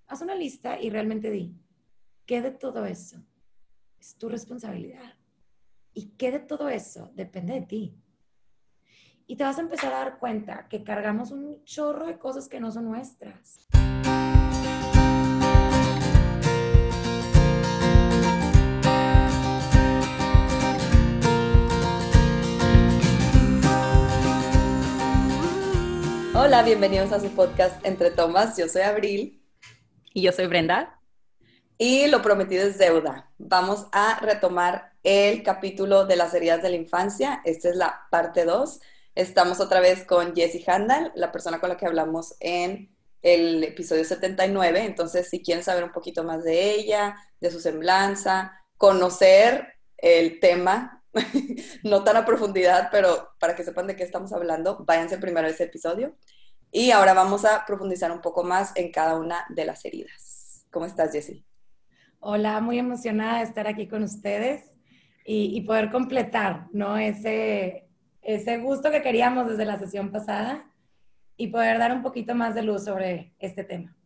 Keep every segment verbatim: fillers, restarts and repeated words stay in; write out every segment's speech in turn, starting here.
haz una lista y realmente di, ¿qué de todo eso es tu responsabilidad? ¿Y qué de todo eso depende de ti? Y te vas a empezar a dar cuenta que cargamos un chorro de cosas que no son nuestras. Hola, bienvenidos a su podcast Entre Tomas. Yo soy Abril. Y yo soy Brenda. Y lo prometido es deuda. Vamos a retomar el capítulo de las heridas de la infancia. Esta es la parte dos. Estamos otra vez con Jessie Handal, la persona con la que hablamos en el episodio setenta y nueve. Entonces, si quieren saber un poquito más de ella, de su semblanza, conocer el tema, no tan a profundidad, pero para que sepan de qué estamos hablando, váyanse primero a ese episodio. Y ahora vamos a profundizar un poco más en cada una de las heridas. ¿Cómo estás, Jessie? Hola, muy emocionada de estar aquí con ustedes y, y poder completar, ¿no? Ese, ese gusto que queríamos desde la sesión pasada y poder dar un poquito más de luz sobre este tema.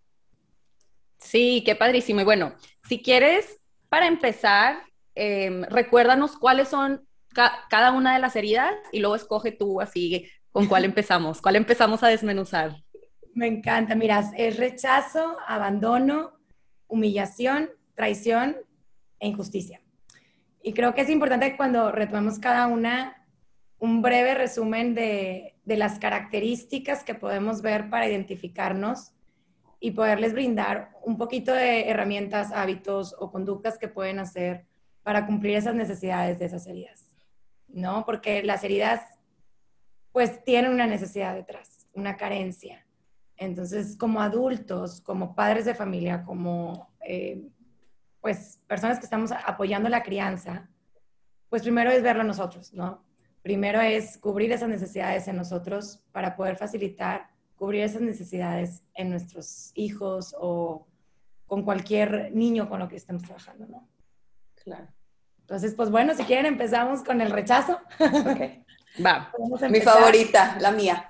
Sí, qué padrísimo. Y bueno, si quieres, para empezar, eh, recuérdanos cuáles son ca cada una de las heridas y luego escoge tú así con cuál empezamos, cuál empezamos a desmenuzar. Me encanta, mira, es rechazo, abandono, humillación, traición e injusticia. Y creo que es importante que cuando retomemos cada una, un breve resumen de, de las características que podemos ver para identificarnos y poderles brindar un poquito de herramientas, hábitos o conductas que pueden hacer para cumplir esas necesidades de esas heridas, ¿no? Porque las heridas, pues, tienen una necesidad detrás, una carencia. Entonces, como adultos, como padres de familia, como eh, pues personas que estamos apoyando la crianza, pues primero es verlo nosotros, ¿no? Primero es cubrir esas necesidades en nosotros para poder facilitar cubrir esas necesidades en nuestros hijos o con cualquier niño con lo que estemos trabajando, ¿no? Claro. Entonces, pues bueno, si quieren empezamos con el rechazo. Ok, va. Mi favorita, la mía.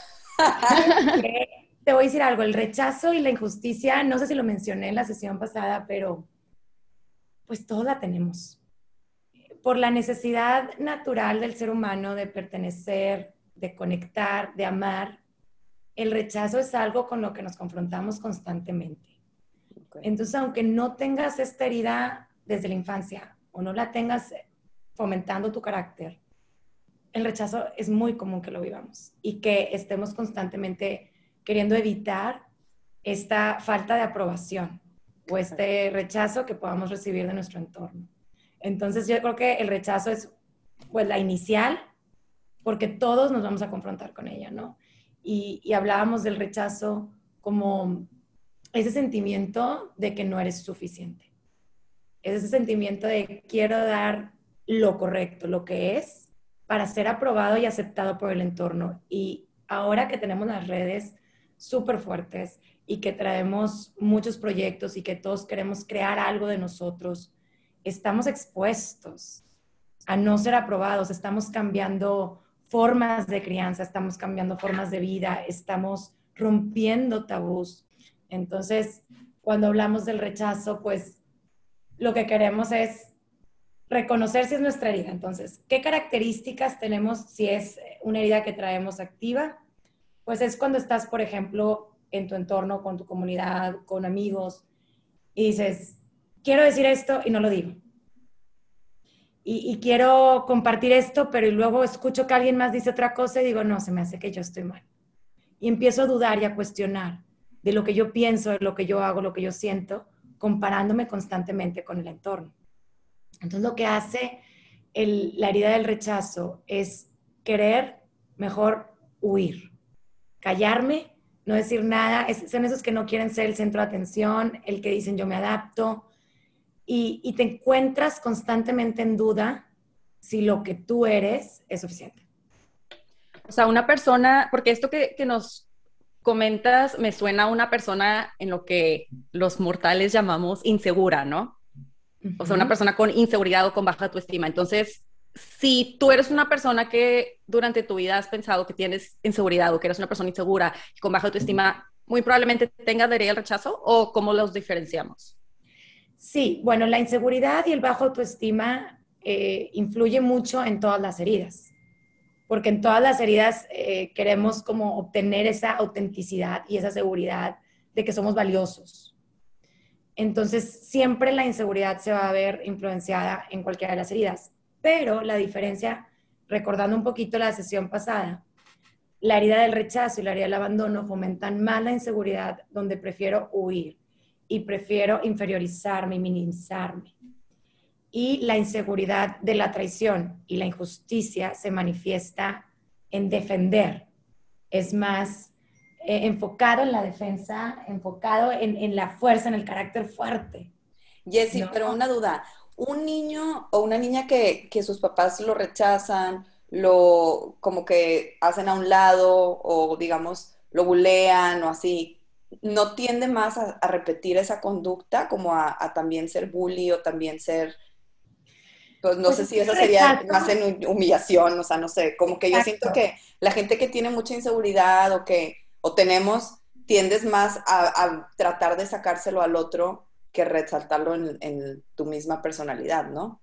Te voy a decir algo, el rechazo y la injusticia, no sé si lo mencioné en la sesión pasada, pero pues todos la tenemos. Por la necesidad natural del ser humano de pertenecer, de conectar, de amar, el rechazo es algo con lo que nos confrontamos constantemente. Okay. Entonces, aunque no tengas esta herida desde la infancia o no la tengas fomentando tu carácter, el rechazo es muy común que lo vivamos y que estemos constantemente queriendo evitar esta falta de aprobación o este rechazo que podamos recibir de nuestro entorno. Entonces yo creo que el rechazo es pues la inicial porque todos nos vamos a confrontar con ella, ¿no? Y, y hablábamos del rechazo como ese sentimiento de que no eres suficiente. Es ese sentimiento de quiero dar lo correcto, lo que es, para ser aprobado y aceptado por el entorno. Y ahora que tenemos las redes súper fuertes y que traemos muchos proyectos y que todos queremos crear algo de nosotros, estamos expuestos a no ser aprobados, estamos cambiando formas de crianza, estamos cambiando formas de vida, estamos rompiendo tabús. Entonces, cuando hablamos del rechazo, pues lo que queremos es reconocer si es nuestra herida. Entonces, ¿qué características tenemos si es una herida que traemos activa? Pues es cuando estás, por ejemplo, en tu entorno, con tu comunidad, con amigos, y dices, quiero decir esto y no lo digo. Y, y quiero compartir esto, pero y luego escucho que alguien más dice otra cosa y digo, no, se me hace que yo estoy mal. Y empiezo a dudar y a cuestionar de lo que yo pienso, de lo que yo hago, lo que yo siento, comparándome constantemente con el entorno. Entonces, lo que hace el, la herida del rechazo es querer mejor huir, callarme, no decir nada. Es, son esos que no quieren ser el centro de atención, el que dicen yo me adapto, y, y te encuentras constantemente en duda si lo que tú eres es suficiente. O sea, una persona, porque esto que, que nos comentas me suena a una persona en lo que los mortales llamamos insegura, ¿no? Uh-huh. O sea, una persona con inseguridad o con baja autoestima. Entonces, si tú eres una persona que durante tu vida has pensado que tienes inseguridad o que eres una persona insegura y con baja autoestima, muy probablemente tenga de herida del rechazo, o cómo los diferenciamos? Sí, bueno, la inseguridad y el bajo autoestima eh, influye mucho en todas las heridas, porque en todas las heridas eh, queremos como obtener esa autenticidad y esa seguridad de que somos valiosos. Entonces, siempre la inseguridad se va a ver influenciada en cualquiera de las heridas, pero la diferencia, recordando un poquito la sesión pasada, la herida del rechazo y la herida del abandono fomentan más la inseguridad, donde prefiero huir y prefiero inferiorizarme y minimizarme. Y la inseguridad de la traición y la injusticia se manifiesta en defender. Es más eh, enfocado en la defensa, enfocado en, en la fuerza, en el carácter fuerte. Jessie, ¿No? pero una duda, un niño o una niña que, que sus papás lo rechazan, lo como que hacen a un lado o digamos lo bulean o así, ¿no tiende más a, a repetir esa conducta como a, a también ser bully o también ser, pues no Pues sé es si que eso el sería rechazo, más en humillación, o sea, no sé, como que yo siento exacto. que la gente que tiene mucha inseguridad o que, o tenemos, tiendes más a, a tratar de sacárselo al otro que resaltarlo en, en tu misma personalidad, ¿no?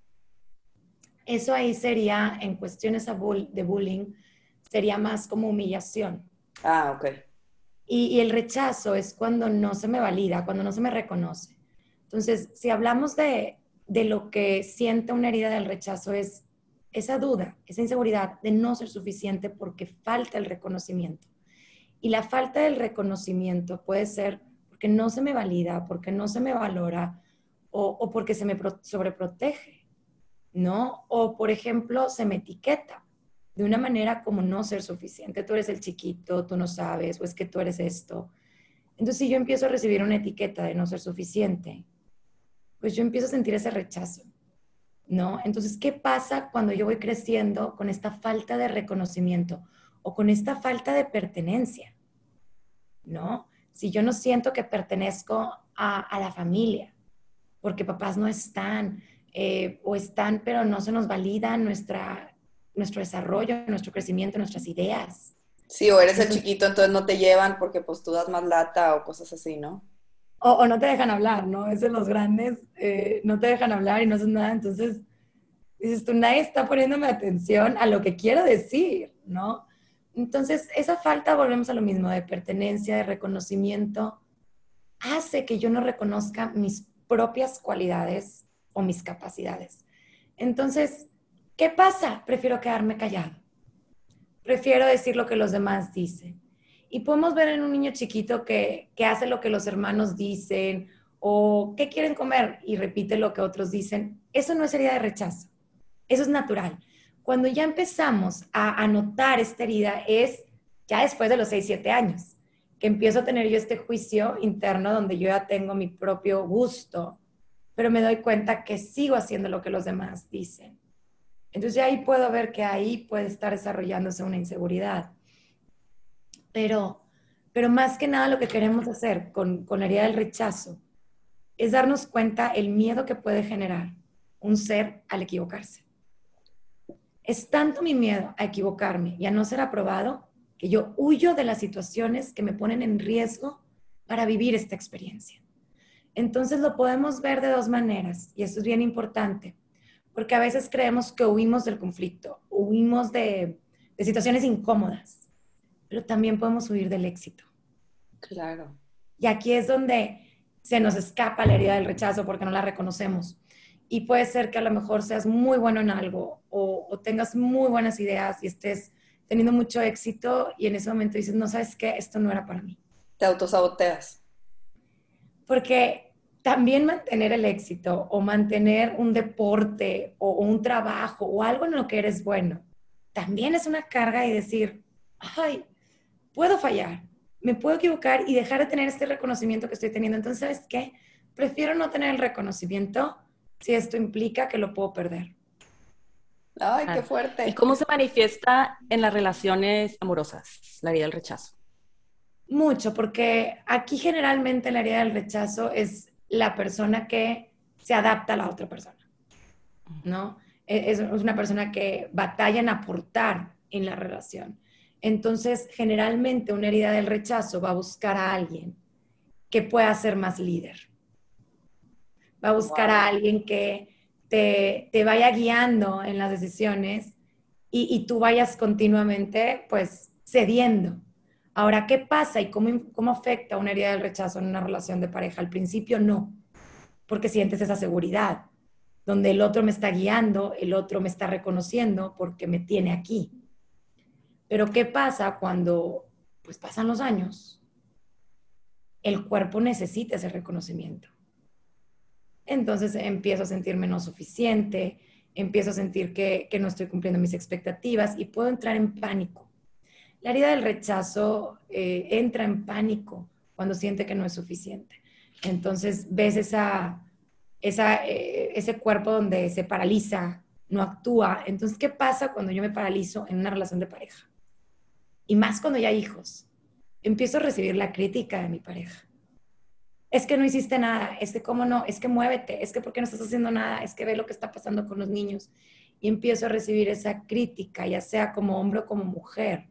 Eso ahí sería, en cuestiones de bullying, sería más como humillación. Ah, ok. Y, y el rechazo es cuando no se me valida, cuando no se me reconoce. Entonces, si hablamos de, de lo que siente una herida del rechazo, es esa duda, esa inseguridad de no ser suficiente porque falta el reconocimiento. Y la falta del reconocimiento puede ser porque no se me valida, porque no se me valora o, o porque se me pro, sobreprotege, ¿no? O, por ejemplo, se me etiqueta de una manera como no ser suficiente. Tú eres el chiquito, tú no sabes, o es que tú eres esto. Entonces, si yo empiezo a recibir una etiqueta de no ser suficiente, pues yo empiezo a sentir ese rechazo, ¿no? Entonces, ¿qué pasa cuando yo voy creciendo con esta falta de reconocimiento o con esta falta de pertenencia, ¿no? Si yo no siento que pertenezco a, a la familia, porque papás no están, eh, o están, pero no se nos valida nuestra, nuestro desarrollo, nuestro crecimiento, nuestras ideas. Sí, o eres el Entonces, chiquito, entonces no te llevan porque pues tú das más lata o cosas así, ¿no? o, o no te dejan hablar, ¿no? Es de los grandes, eh, no te dejan hablar y no haces nada. Entonces, dices tú, nadie está poniéndome atención a lo que quiero decir, ¿no? Entonces, esa falta, volvemos a lo mismo, de pertenencia, de reconocimiento, hace que yo no reconozca mis propias cualidades o mis capacidades. Entonces, ¿qué pasa? Prefiero quedarme callado. Prefiero decir lo que los demás dicen. Y podemos ver en un niño chiquito que, que hace lo que los hermanos dicen o qué quieren comer y repite lo que otros dicen. Eso no es herida de rechazo. Eso es natural. Cuando ya empezamos a, a notar esta herida es ya después de los seis siete años, que empiezo a tener yo este juicio interno donde yo ya tengo mi propio gusto, pero me doy cuenta que sigo haciendo lo que los demás dicen. Entonces ya ahí puedo ver que ahí puede estar desarrollándose una inseguridad. Pero, pero más que nada lo que queremos hacer con, con la herida del rechazo es darnos cuenta el miedo que puede generar un ser al equivocarse. Es tanto mi miedo a equivocarme y a no ser aprobado que yo huyo de las situaciones que me ponen en riesgo para vivir esta experiencia. Entonces lo podemos ver de dos maneras y esto es bien importante, porque a veces creemos que huimos del conflicto, huimos de, de situaciones incómodas, pero también podemos huir del éxito. Claro. Y aquí es donde se nos escapa la herida del rechazo porque no la reconocemos. Y puede ser que a lo mejor seas muy bueno en algo o, o tengas muy buenas ideas y estés teniendo mucho éxito y en ese momento dices, no, ¿sabes qué? Esto no era para mí. Te autosaboteas. Porque también mantener el éxito o mantener un deporte o, o un trabajo o algo en lo que eres bueno, también es una carga y decir, ay, puedo fallar, me puedo equivocar y dejar de tener este reconocimiento que estoy teniendo. Entonces, ¿sabes qué? Prefiero no tener el reconocimiento si esto implica que lo puedo perder. Ay, qué Claro. ¿Y fuerte. cómo se manifiesta en las relaciones amorosas, la herida del rechazo? Mucho, porque aquí generalmente la herida del rechazo es la persona que se adapta a la otra persona, ¿no? Es, es una persona que batalla en aportar en la relación. Entonces, generalmente una herida del rechazo va a buscar a alguien que pueda ser más líder. Va a buscar wow. a alguien que te, te vaya guiando en las decisiones y, y tú vayas continuamente, pues, cediendo. Ahora, ¿qué pasa y cómo, cómo afecta una herida del rechazo en una relación de pareja? Al principio no, porque sientes esa seguridad, donde el otro me está guiando, el otro me está reconociendo porque me tiene aquí. Pero ¿qué pasa cuando pues, pasan los años? El cuerpo necesita ese reconocimiento. Entonces empiezo a sentirme no suficiente, empiezo a sentir que, que no estoy cumpliendo mis expectativas y puedo entrar en pánico. La herida del rechazo eh, entra en pánico cuando siente que no es suficiente. Entonces ves esa, esa, eh, ese cuerpo donde se paraliza, no actúa. Entonces, ¿qué pasa cuando yo me paralizo en una relación de pareja? Y más cuando ya hay hijos. Empiezo a recibir la crítica de mi pareja. Es que no hiciste nada, es que cómo no, es que muévete, es que por qué no estás haciendo nada, es que ve lo que está pasando con los niños. Y empiezo a recibir esa crítica, ya sea como hombre o como mujer.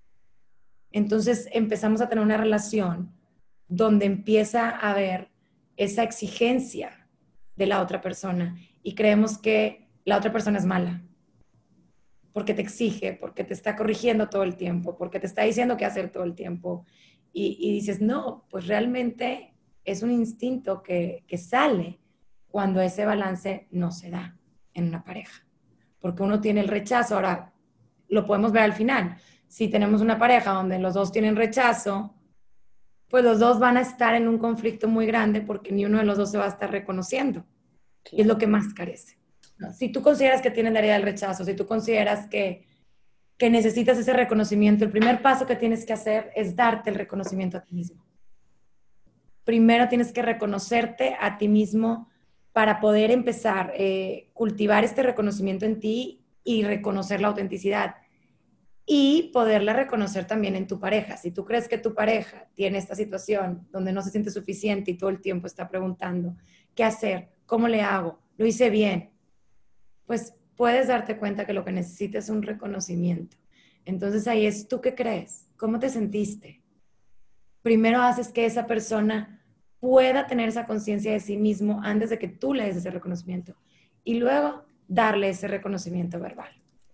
Entonces empezamos a tener una relación donde empieza a haber esa exigencia de la otra persona y creemos que la otra persona es mala porque te exige, porque te está corrigiendo todo el tiempo, porque te está diciendo qué hacer todo el tiempo. Y, y dices, no, pues realmente es un instinto que, que sale cuando ese balance no se da en una pareja. Porque uno tiene el rechazo, ahora lo podemos ver al final. Si tenemos una pareja donde los dos tienen rechazo, pues los dos van a estar en un conflicto muy grande porque ni uno de los dos se va a estar reconociendo. Y es lo que más carece. Si tú consideras que tienes la herida del rechazo, si tú consideras que, que necesitas ese reconocimiento, el primer paso que tienes que hacer es darte el reconocimiento a ti mismo. Primero tienes que reconocerte a ti mismo para poder empezar a eh, cultivar este reconocimiento en ti y reconocer la autenticidad. Y poderla reconocer también en tu pareja. Si tú crees que tu pareja tiene esta situación donde no se siente suficiente y todo el tiempo está preguntando, ¿qué hacer? ¿Cómo le hago? ¿Lo hice bien? Pues puedes darte cuenta que lo que necesitas es un reconocimiento. Entonces ahí es, ¿tú qué crees? ¿Cómo te sentiste? Primero haces que esa persona pueda tener esa conciencia de sí mismo antes de que tú le des ese reconocimiento. Y luego darle ese reconocimiento verbal.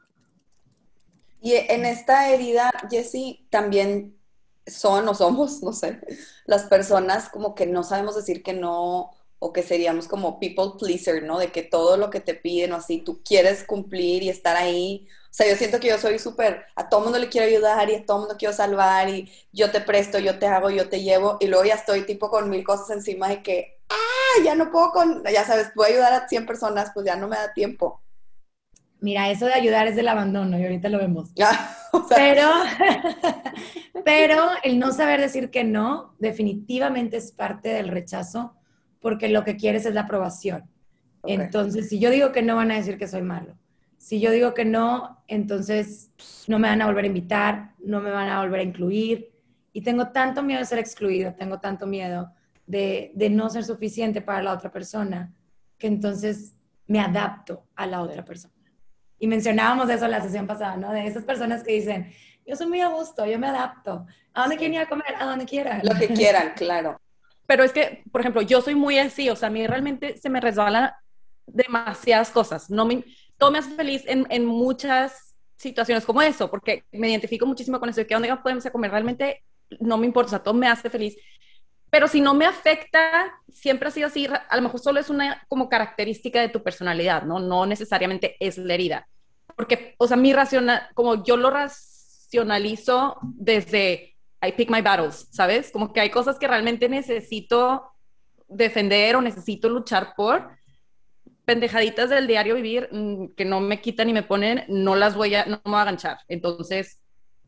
Y en esta herida, Jessie, también son o somos, no sé, las personas como que no sabemos decir que no, o que seríamos como people pleaser, ¿no? De que todo lo que te piden o así, tú quieres cumplir y estar ahí. O sea, yo siento que yo soy súper, a todo mundo le quiero ayudar y a todo mundo quiero salvar y yo te presto, yo te hago, yo te llevo y luego ya estoy tipo con mil cosas encima de que, ah, ya no puedo con, ya sabes, puedo ayudar a cien personas, pues ya no me da tiempo. Mira, eso de ayudar es del abandono y ahorita lo vemos. Ya, o sea, pero, pero el no saber decir que no definitivamente es parte del rechazo porque lo que quieres es la aprobación. Okay. Entonces, si yo digo que no, van a decir que soy malo. Si yo digo que no, entonces no me van a volver a invitar, no me van a volver a incluir. Y tengo tanto miedo de ser excluido, tengo tanto miedo de, de no ser suficiente para la otra persona, que entonces me adapto a la otra persona. Y mencionábamos eso en la sesión pasada, ¿no? De esas personas que dicen, yo soy muy a gusto, yo me adapto. ¿A dónde quieren ir a comer? A donde quieran. Lo que quieran, claro. Pero es que, por ejemplo, yo soy muy así, o sea, a mí realmente se me resbalan demasiadas cosas. No me, todo me hace feliz en, en muchas situaciones como eso, porque me identifico muchísimo con eso de que dónde podemos ir a comer. Realmente no me importa, o sea, todo me hace feliz. Pero si no me afecta, siempre ha sido así, a lo mejor solo es una como característica de tu personalidad, ¿no? No necesariamente es la herida. Porque, o sea, mi racional, como yo lo racionalizo desde I pick my battles, ¿sabes? Como que hay cosas que realmente necesito defender o necesito luchar por. Pendejaditas del diario vivir mmm, que no me quitan ni me ponen, no las voy a, no me voy a aganchar. Entonces,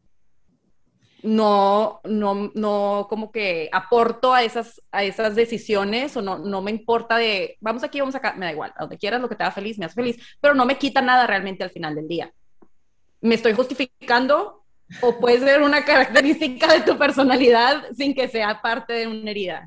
no, no, no como que aporto a esas, a esas decisiones o no, no me importa de, vamos aquí, vamos acá, me da igual, a donde quieras, lo que te haga feliz, me hace feliz, pero no me quita nada realmente al final del día. ¿Me estoy justificando o puede ser una característica de tu personalidad sin que sea parte de una herida?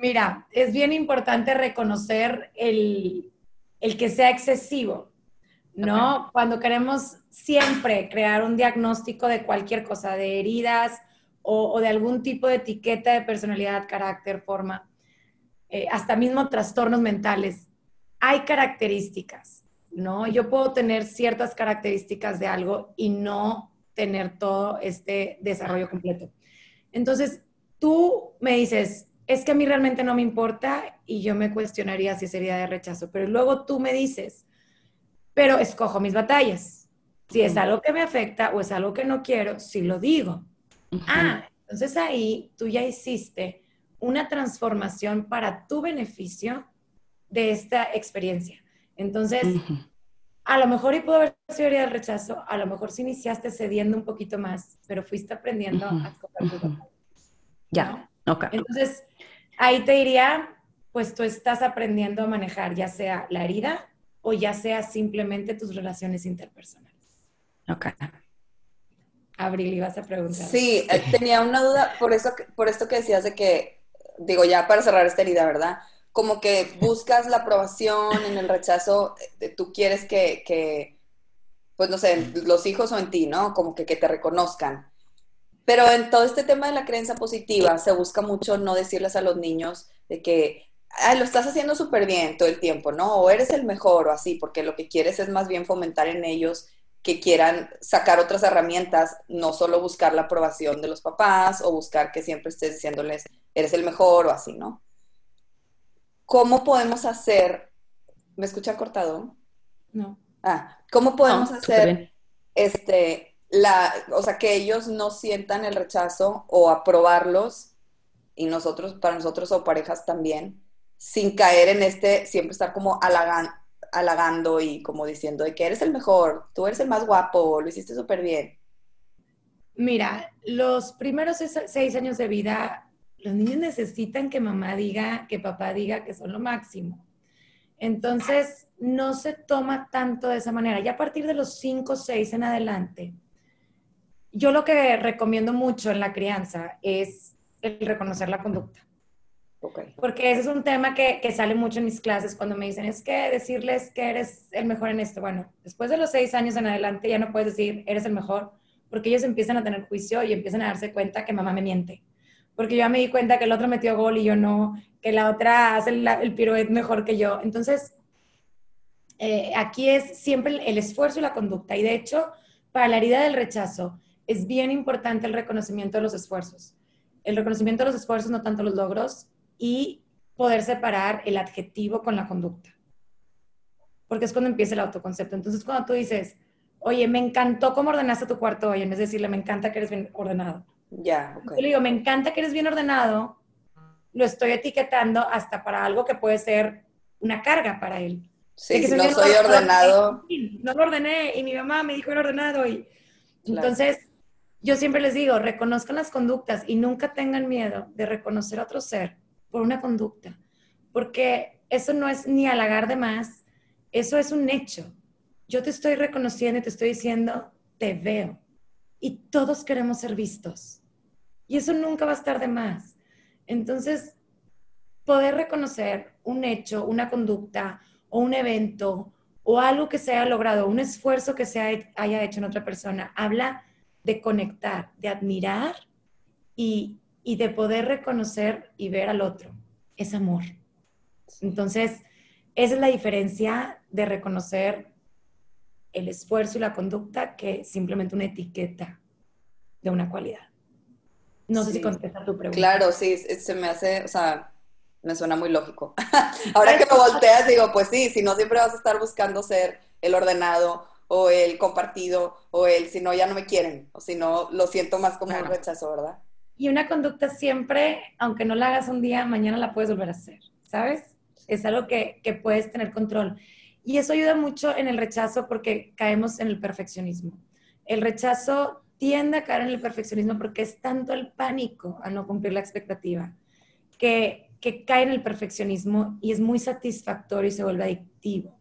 Mira, es bien importante reconocer el, el que sea excesivo, ¿no? Okay. Cuando queremos siempre crear un diagnóstico de cualquier cosa, de heridas o, o de algún tipo de etiqueta de personalidad, carácter, forma, eh, hasta mismo trastornos mentales, hay características, ¿no? Yo puedo tener ciertas características de algo y no tener todo este desarrollo completo. Entonces, tú me dices, es que a mí realmente no me importa y yo me cuestionaría si sería de rechazo, pero luego tú me dices, pero escojo mis batallas. Si es algo que me afecta o es algo que no quiero, sí lo digo. Uh-huh. Ah, entonces ahí tú ya hiciste una transformación para tu beneficio de esta experiencia. Entonces, uh-huh. a lo mejor y pudo haber sido herida del rechazo, a lo mejor sí iniciaste cediendo un poquito más, pero fuiste aprendiendo uh-huh. a escoger tus batallas. Ya, ¿no? Ok. Entonces, ahí te diría, pues tú estás aprendiendo a manejar ya sea la herida o ya sea simplemente tus relaciones interpersonales. Ok. Abril, ibas a preguntar. Sí, eh, tenía una duda por, eso, por esto que decías de que, digo, ya para cerrar esta herida, ¿verdad? Como que buscas la aprobación en el rechazo, eh, tú quieres que, que, pues no sé, los hijos o en ti, ¿no? Como que, que te reconozcan. Pero en todo este tema de la creencia positiva se busca mucho no decirles a los niños de que, ay, lo estás haciendo súper bien todo el tiempo, ¿no? O eres el mejor o así, porque lo que quieres es más bien fomentar en ellos que quieran sacar otras herramientas, no solo buscar la aprobación de los papás o buscar que siempre estés diciéndoles, eres el mejor o así, ¿no? ¿Cómo podemos hacer? ¿Me escucha cortado? No. Ah, ¿cómo podemos no, hacer este, la, o sea, que ellos no sientan el rechazo o aprobarlos y nosotros, para nosotros o parejas también, sin caer en este, siempre estar como halagan, halagando y como diciendo de que eres el mejor, tú eres el más guapo, lo hiciste súper bien? Mira, los primeros seis años de vida, los niños necesitan que mamá diga, que papá diga que son lo máximo. Entonces, no se toma tanto de esa manera. Ya a partir de los cinco, seis en adelante, yo lo que recomiendo mucho en la crianza es el reconocer la conducta. Okay. Porque ese es un tema que, que sale mucho en mis clases cuando me dicen, es que decirles que eres el mejor en esto. Bueno, después de los seis años en adelante ya no puedes decir, eres el mejor, porque ellos empiezan a tener juicio y empiezan a darse cuenta que mamá me miente. Porque yo ya me di cuenta que el otro metió gol y yo no, que la otra hace el, el piruet mejor que yo. Entonces, eh, aquí es siempre el, el esfuerzo y la conducta. Y de hecho, para la herida del rechazo, es bien importante el reconocimiento de los esfuerzos. El reconocimiento de los esfuerzos, no tanto los logros, y poder separar el adjetivo con la conducta. Porque es cuando empieza el autoconcepto. Entonces, cuando tú dices, oye, me encantó cómo ordenaste tu cuarto hoy, en vez de decirle, me encanta que eres bien ordenado. Ya, yeah, ok. Yo le digo, me encanta que eres bien ordenado, lo estoy etiquetando hasta para algo que puede ser una carga para él. Sí, que si no soy ordenado. No lo ordené y mi mamá me dijo era ordenado. Y claro. Entonces, yo siempre les digo, reconozcan las conductas y nunca tengan miedo de reconocer a otro ser por una conducta, porque eso no es ni halagar de más, eso es un hecho. Yo te estoy reconociendo y te estoy diciendo, te veo. Y todos queremos ser vistos. Y eso nunca va a estar de más. Entonces, poder reconocer un hecho, una conducta o un evento o algo que se haya logrado, un esfuerzo que se haya hecho en otra persona, habla de conectar, de admirar y, y de poder reconocer y ver al otro. Es amor. Entonces, esa es la diferencia de reconocer el esfuerzo y la conducta que simplemente una etiqueta de una cualidad. No sí. sé si contesta tu pregunta. Claro, sí, se me hace, o sea, me suena muy lógico. Ahora que me volteas, digo, pues sí, si no siempre vas a estar buscando ser el ordenado o el compartido o el, si no, ya no me quieren, o si no, lo siento más como claro. un rechazo, ¿verdad? Y una conducta siempre, aunque no la hagas un día, mañana la puedes volver a hacer, ¿sabes? Es algo que, que puedes tener control. Y eso ayuda mucho en el rechazo porque caemos en el perfeccionismo. El rechazo tiende a caer en el perfeccionismo porque es tanto el pánico a no cumplir la expectativa que, que cae en el perfeccionismo y es muy satisfactorio y se vuelve adictivo.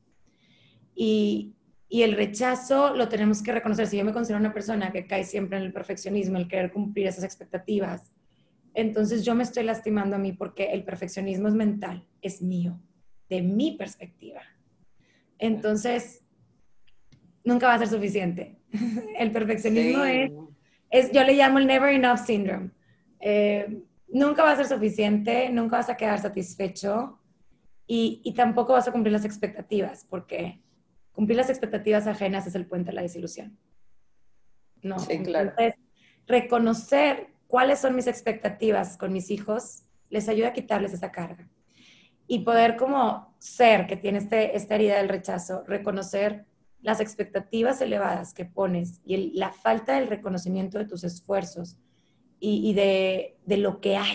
Y, y el rechazo lo tenemos que reconocer. Si yo me considero una persona que cae siempre en el perfeccionismo, el querer cumplir esas expectativas, entonces yo me estoy lastimando a mí porque el perfeccionismo es mental, es mío, de mi perspectiva. Entonces, nunca va a ser suficiente. El perfeccionismo Sí. es, es, yo le llamo el never enough syndrome. Eh, nunca va a ser suficiente, nunca vas a quedar satisfecho y, y tampoco vas a cumplir las expectativas, porque cumplir las expectativas ajenas es el puente a la desilusión. No, Sí, claro. entonces, reconocer cuáles son mis expectativas con mis hijos les ayuda a quitarles esa carga. Y poder como ser que tiene este, esta herida del rechazo, reconocer las expectativas elevadas que pones y el, la falta del reconocimiento de tus esfuerzos y, y de, de lo que hay,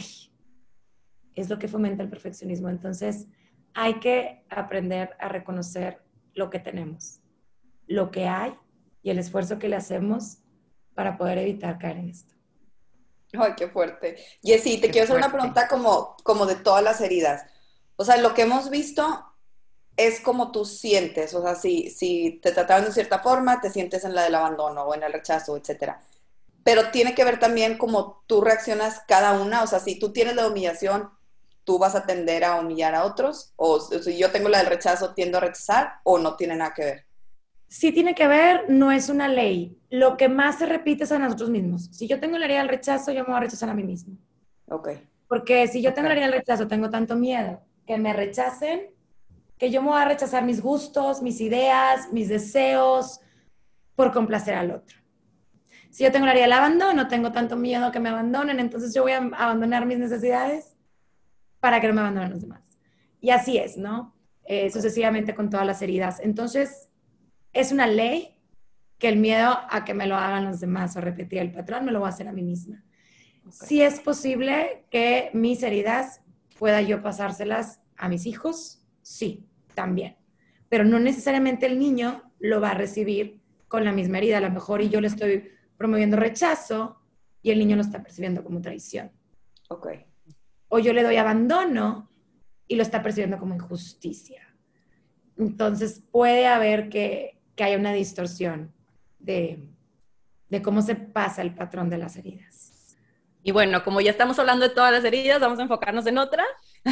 es lo que fomenta el perfeccionismo. Entonces, hay que aprender a reconocer lo que tenemos, lo que hay y el esfuerzo que le hacemos para poder evitar caer en esto. Ay, qué fuerte. Jessy, te Qué quiero hacer una fuerte. pregunta como, como de todas las heridas. O sea, lo que hemos visto es como tú sientes, o sea, si, si te trataron de cierta forma, te sientes en la del abandono o en el rechazo, etcétera. Pero tiene que ver también cómo tú reaccionas cada una, o sea, si tú tienes la humillación, tú vas a tender a humillar a otros, o si yo tengo la del rechazo, tiendo a rechazar, o no tiene nada que ver. Sí tiene que ver, no es una ley. Lo que más se repite es a nosotros mismos. Si yo tengo la herida del rechazo, yo me voy a rechazar a mí mismo. Ok. Porque si yo tengo la Ok. herida del rechazo, tengo tanto miedo que me rechacen, que yo me voy a rechazar mis gustos, mis ideas, mis deseos, por complacer al otro. Si yo tengo la herida del abandono, tengo tanto miedo que me abandonen, entonces yo voy a abandonar mis necesidades para que no me abandonen los demás. Y así es, ¿no? Eh, Ok. sucesivamente con todas las heridas. Entonces, es una ley que el miedo a que me lo hagan los demás o repetir el patrón me lo voy a hacer a mí misma. Okay. Sí es posible que mis heridas pueda yo pasárselas a mis hijos, sí, también. Pero no necesariamente el niño lo va a recibir con la misma herida. A lo mejor y yo le estoy promoviendo rechazo y el niño lo está percibiendo como traición. Ok. O yo le doy abandono y lo está percibiendo como injusticia. Entonces puede haber que, que haya una distorsión de, de cómo se pasa el patrón de las heridas. Y bueno, como ya estamos hablando de todas las heridas, vamos a enfocarnos en otra.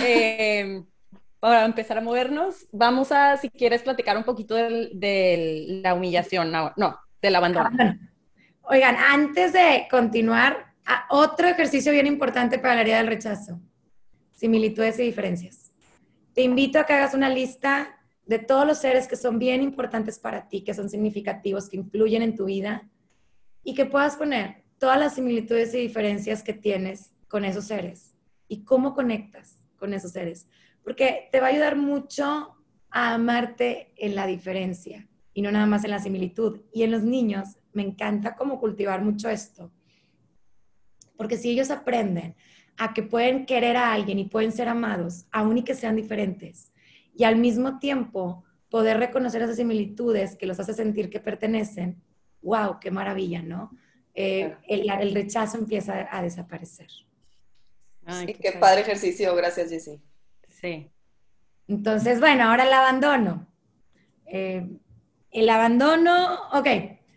Eh, para empezar a movernos, vamos a, si quieres, platicar un poquito de del, la humillación, no, no, del abandono. Abandono. Oigan, antes de continuar, a otro ejercicio bien importante para la herida del rechazo, similitudes y diferencias. Te invito a que hagas una lista de todos los seres que son bien importantes para ti, que son significativos, que influyen en tu vida, y que puedas poner todas las similitudes y diferencias que tienes con esos seres y cómo conectas con esos seres. Porque te va a ayudar mucho a amarte en la diferencia y no nada más en la similitud. Y en los niños me encanta cómo cultivar mucho esto. Porque si ellos aprenden a que pueden querer a alguien y pueden ser amados, aun y que sean diferentes, y al mismo tiempo poder reconocer esas similitudes que los hace sentir que pertenecen, wow, qué maravilla, ¿no? Eh, el, el rechazo empieza a desaparecer. Ay, Sí, qué qué padre. padre ejercicio, gracias, Jessy. Sí. Entonces, bueno, ahora el abandono. Eh, el abandono, ok.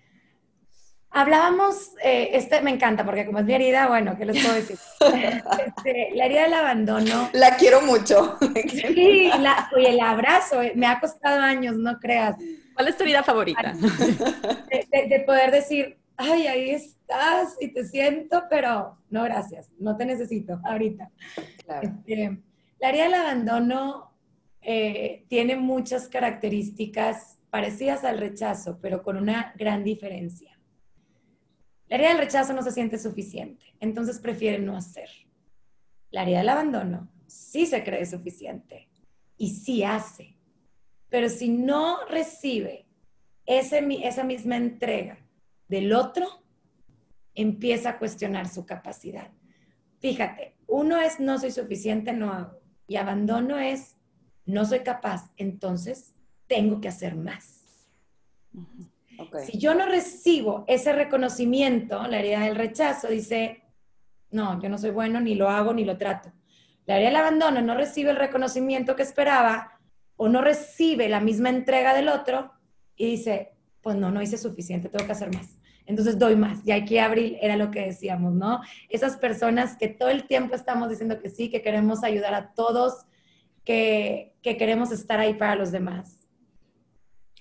Hablábamos, eh, este me encanta porque como es mi herida, bueno, ¿qué les puedo decir? Este, la herida del abandono. La quiero mucho. Sí, la, oye, el abrazo, eh, me ha costado años, no creas. ¿Cuál es tu herida favorita? De, de, de poder decir, ay, ahí estás y te siento, pero no, gracias, no te necesito ahorita. Claro. Este, la herida del abandono eh, tiene muchas características parecidas al rechazo, pero con una gran diferencia. La herida del rechazo no se siente suficiente, entonces prefiere no hacer. La herida del abandono sí se cree suficiente y sí hace, pero si no recibe ese, esa misma entrega del otro, empieza a cuestionar su capacidad. Fíjate, uno es no soy suficiente, no hago, y abandono es no soy capaz, entonces tengo que hacer más. Uh-huh. Okay. Si yo no recibo ese reconocimiento, la herida del rechazo dice, no, yo no soy bueno, ni lo hago, ni lo trato. La herida del abandono no recibe el reconocimiento que esperaba o no recibe la misma entrega del otro y dice, pues no, no hice suficiente, tengo que hacer más. Entonces doy más. Y aquí Abril era lo que decíamos, ¿no? Esas personas que todo el tiempo estamos diciendo que sí, que queremos ayudar a todos, que, que queremos estar ahí para los demás.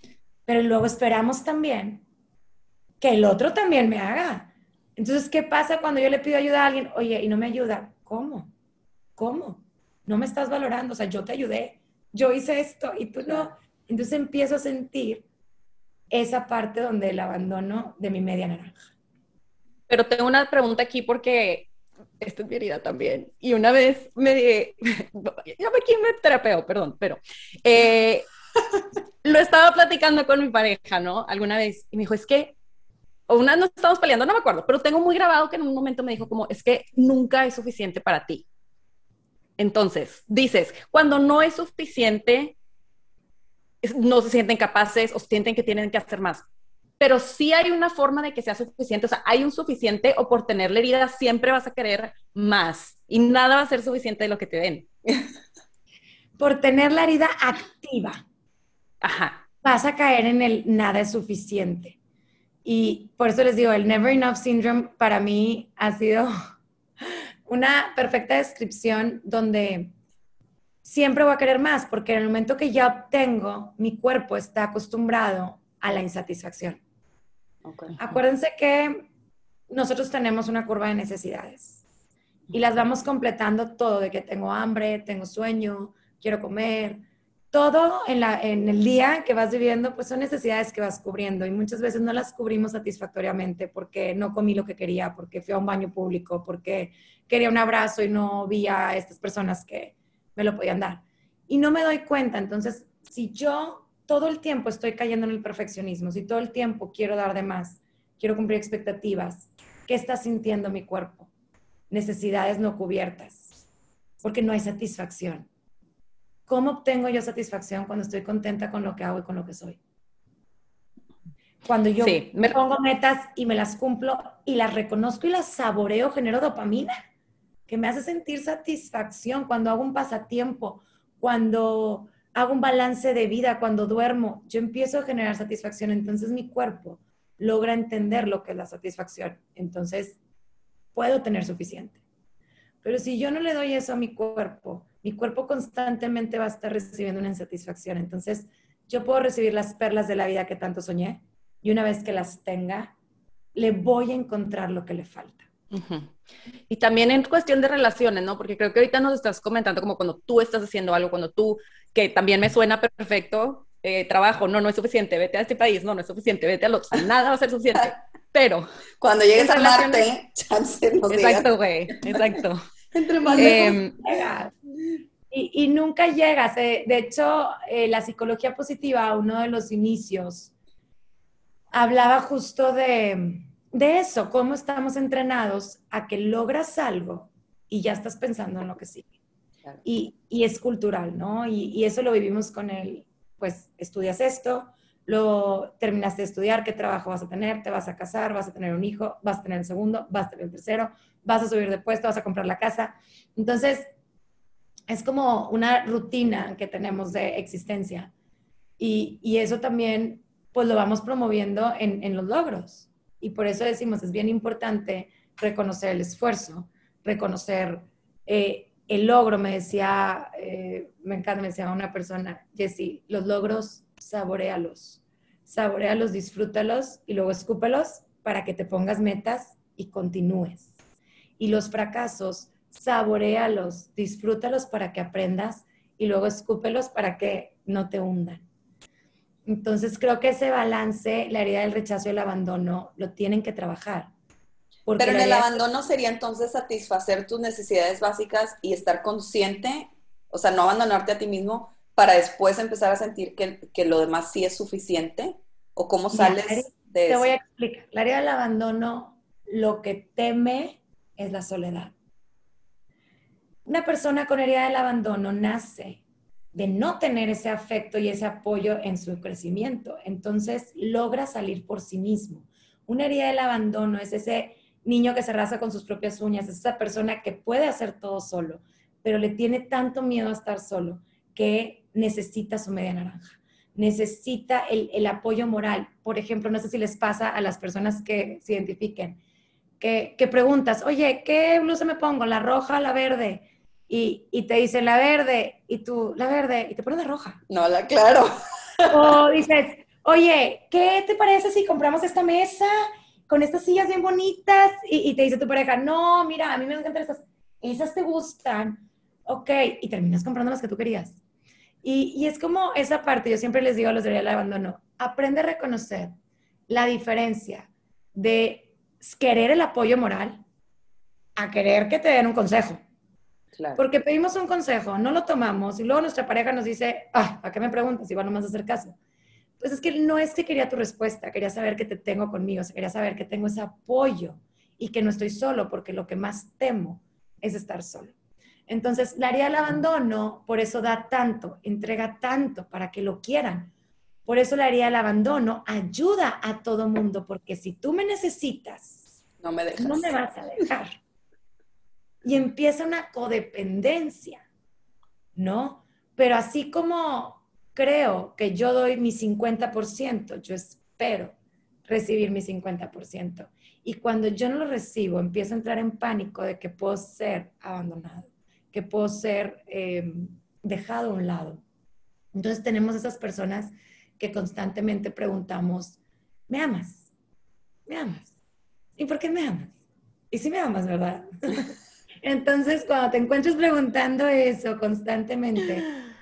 pero luego esperamos también que el otro también me haga. Entonces, ¿qué pasa cuando yo le pido ayuda a alguien? Oye, y no me ayuda. ¿Cómo? ¿Cómo? No me estás valorando. O sea, yo te ayudé, yo hice esto y tú no. Entonces empiezo a sentir esa parte donde el abandono de mi media naranja. Pero tengo una pregunta aquí porque esta es mi herida también. Y una vez me... Yo aquí me terapeo, perdón, pero... Eh, lo estaba platicando con mi pareja, ¿no? Alguna vez. Y me dijo, es que... O una vez nos estábamos peleando, no me acuerdo, pero tengo muy grabado que en un momento me dijo como, es que nunca es suficiente para ti. Entonces, dices, cuando no es suficiente, no se sienten capaces o sienten que tienen que hacer más. Pero sí hay una forma de que sea suficiente, o sea, hay un suficiente o por tener la herida siempre vas a querer más y nada va a ser suficiente de lo que te den. Por tener la herida activa. Ajá. Vas a caer en el nada es suficiente. Y por eso les digo, el Never Enough Syndrome para mí ha sido una perfecta descripción donde siempre voy a querer más, porque en el momento que ya obtengo, mi cuerpo está acostumbrado a la insatisfacción. Okay. Acuérdense que nosotros tenemos una curva de necesidades y las vamos completando todo, de que tengo hambre, tengo sueño, quiero comer. Todo en, la, en el día que vas viviendo, pues son necesidades que vas cubriendo y muchas veces no las cubrimos satisfactoriamente porque no comí lo que quería, porque fui a un baño público, porque quería un abrazo y no vi a estas personas que me lo podían dar. Y no me doy cuenta. Entonces, si yo todo el tiempo estoy cayendo en el perfeccionismo, si todo el tiempo quiero dar de más, quiero cumplir expectativas, ¿qué está sintiendo mi cuerpo? Necesidades no cubiertas, porque no hay satisfacción. ¿Cómo obtengo yo satisfacción cuando estoy contenta con lo que hago y con lo que soy? Cuando yo sí, me pongo metas y me las cumplo y las reconozco y las saboreo, genero dopamina, que me hace sentir satisfacción cuando hago un pasatiempo, cuando hago un balance de vida, cuando duermo, yo empiezo a generar satisfacción. Entonces mi cuerpo logra entender lo que es la satisfacción. Entonces puedo tener suficiente. Pero si yo no le doy eso a mi cuerpo, mi cuerpo constantemente va a estar recibiendo una insatisfacción. Entonces, yo puedo recibir las perlas de la vida que tanto soñé y una vez que las tenga, le voy a encontrar lo que le falta. Uh-huh. Y también en cuestión de relaciones, ¿no? Porque creo que ahorita nos estás comentando como cuando tú estás haciendo algo, cuando tú, que también me suena perfecto, eh, trabajo, no, no es suficiente, vete a este país, no, no es suficiente, vete al otro, o sea, nada va a ser suficiente. Pero... Cuando llegues a Marte, chance nos digas. Exacto, güey, exacto. Entre más eh, llegas. Y, y nunca llegas. Eh. De hecho, eh, la psicología positiva, uno de los inicios, hablaba justo de, de eso, cómo estamos entrenados a que logras algo y ya estás pensando en lo que sigue. Claro. Y, y es cultural, ¿no? Y, y eso lo vivimos con el, pues, estudias esto, lo terminaste de estudiar, ¿qué trabajo vas a tener? ¿Te vas a casar? ¿Vas a tener un hijo? ¿Vas a tener el segundo? ¿Vas a tener el tercero? ¿Vas a subir de puesto? ¿Vas a comprar la casa? Entonces, es como una rutina que tenemos de existencia. Y, y eso también, pues, lo vamos promoviendo en, en los logros. Y por eso decimos, es bien importante reconocer el esfuerzo, reconocer eh, el logro. Me decía, eh, me encanta, me decía una persona, Jessie, los logros, saboréalos, saboréalos, disfrútalos y luego escúpelos para que te pongas metas y continúes. Y los fracasos, saboréalos, disfrútalos para que aprendas y luego escúpelos para que no te hundan. Entonces creo que ese balance, la herida del rechazo y el abandono, lo tienen que trabajar. Pero en el abandono sería entonces satisfacer tus necesidades básicas y estar consciente, o sea, no abandonarte a ti mismo, para después empezar a sentir que, que lo demás sí es suficiente, o cómo sales Mira, de te eso. Te voy a explicar. La herida del abandono, lo que teme es la soledad. Una persona con herida del abandono nace de no tener ese afecto y ese apoyo en su crecimiento. Entonces logra salir por sí mismo. Una herida del abandono es ese niño que se rasga con sus propias uñas, es esa persona que puede hacer todo solo, pero le tiene tanto miedo a estar solo que necesita su media naranja, necesita el, el apoyo moral. Por ejemplo, no sé si les pasa a las personas que se identifiquen, que, que preguntas, oye, ¿qué blusa me pongo? ¿La roja o la verde? Y, y te dicen la verde, y tú, la verde, y te ponen la roja. No, la claro. O dices, oye, ¿qué te parece si compramos esta mesa con estas sillas bien bonitas? Y, y te dice tu pareja, no, mira, a mí me encantan estas, esas te gustan, ok, y terminas comprando las que tú querías. Y, y es como esa parte, yo siempre les digo a los de abandono, aprende a reconocer la diferencia de querer el apoyo moral a querer que te den un consejo. Claro. Porque pedimos un consejo, no lo tomamos y luego nuestra pareja nos dice, ah, ¿a qué me preguntas? Igual no me vas a hacer caso. Pues es que no es que quería tu respuesta, quería saber que te tengo conmigo, quería saber que tengo ese apoyo y que no estoy solo, porque lo que más temo es estar solo. Entonces, la área del abandono, por eso da tanto, entrega tanto para que lo quieran. Por eso la área del abandono ayuda a todo mundo, porque si tú me necesitas, no me dejas. No me vas a dejar. Y empieza una codependencia, ¿no? Pero así como creo que yo doy mi cincuenta por ciento, yo espero recibir mi cincuenta por ciento. Y cuando yo no lo recibo, empiezo a entrar en pánico de que puedo ser abandonado, que puedo ser eh, dejado a un lado. Entonces tenemos esas personas que constantemente preguntamos, ¿me amas? ¿Me amas? ¿Y por qué me amas? Y sí me amas, ¿verdad? Entonces, cuando te encuentres preguntando eso constantemente,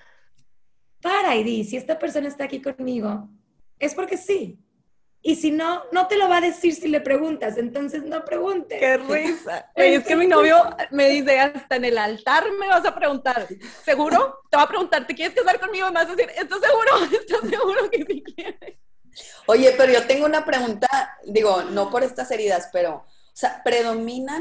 para y di, si esta persona está aquí conmigo, es porque sí. Y si no, no te lo va a decir si le preguntas, entonces no preguntes. ¡Qué risa! Oye, es que mi novio me dice, hasta en el altar me vas a preguntar, ¿seguro? Te va a preguntar, ¿te quieres casar conmigo? Me vas a decir, ¿estás seguro? ¿Estás seguro que sí quieres? Oye, pero yo tengo una pregunta, digo, no por estas heridas, pero, o sea, ¿predominan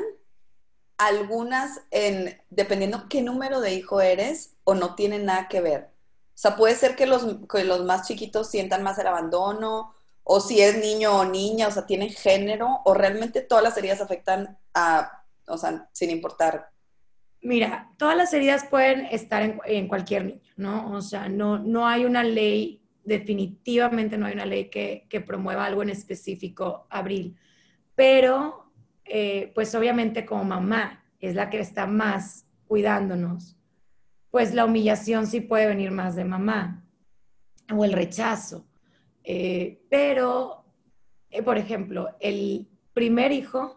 algunas en, dependiendo qué número de hijo eres, o no tienen nada que ver? O sea, puede ser que los, que los más chiquitos sientan más el abandono, o si es niño o niña, o sea, tienen género, o realmente todas las heridas afectan a, o sea, sin importar. Mira, todas las heridas pueden estar en, en cualquier niño, ¿no? O sea, no, no hay una ley, definitivamente no hay una ley que, que promueva algo en específico, Abril. Pero, eh, pues obviamente como mamá es la que está más cuidándonos, pues la humillación sí puede venir más de mamá, o el rechazo. Eh, pero, eh, por ejemplo, el primer hijo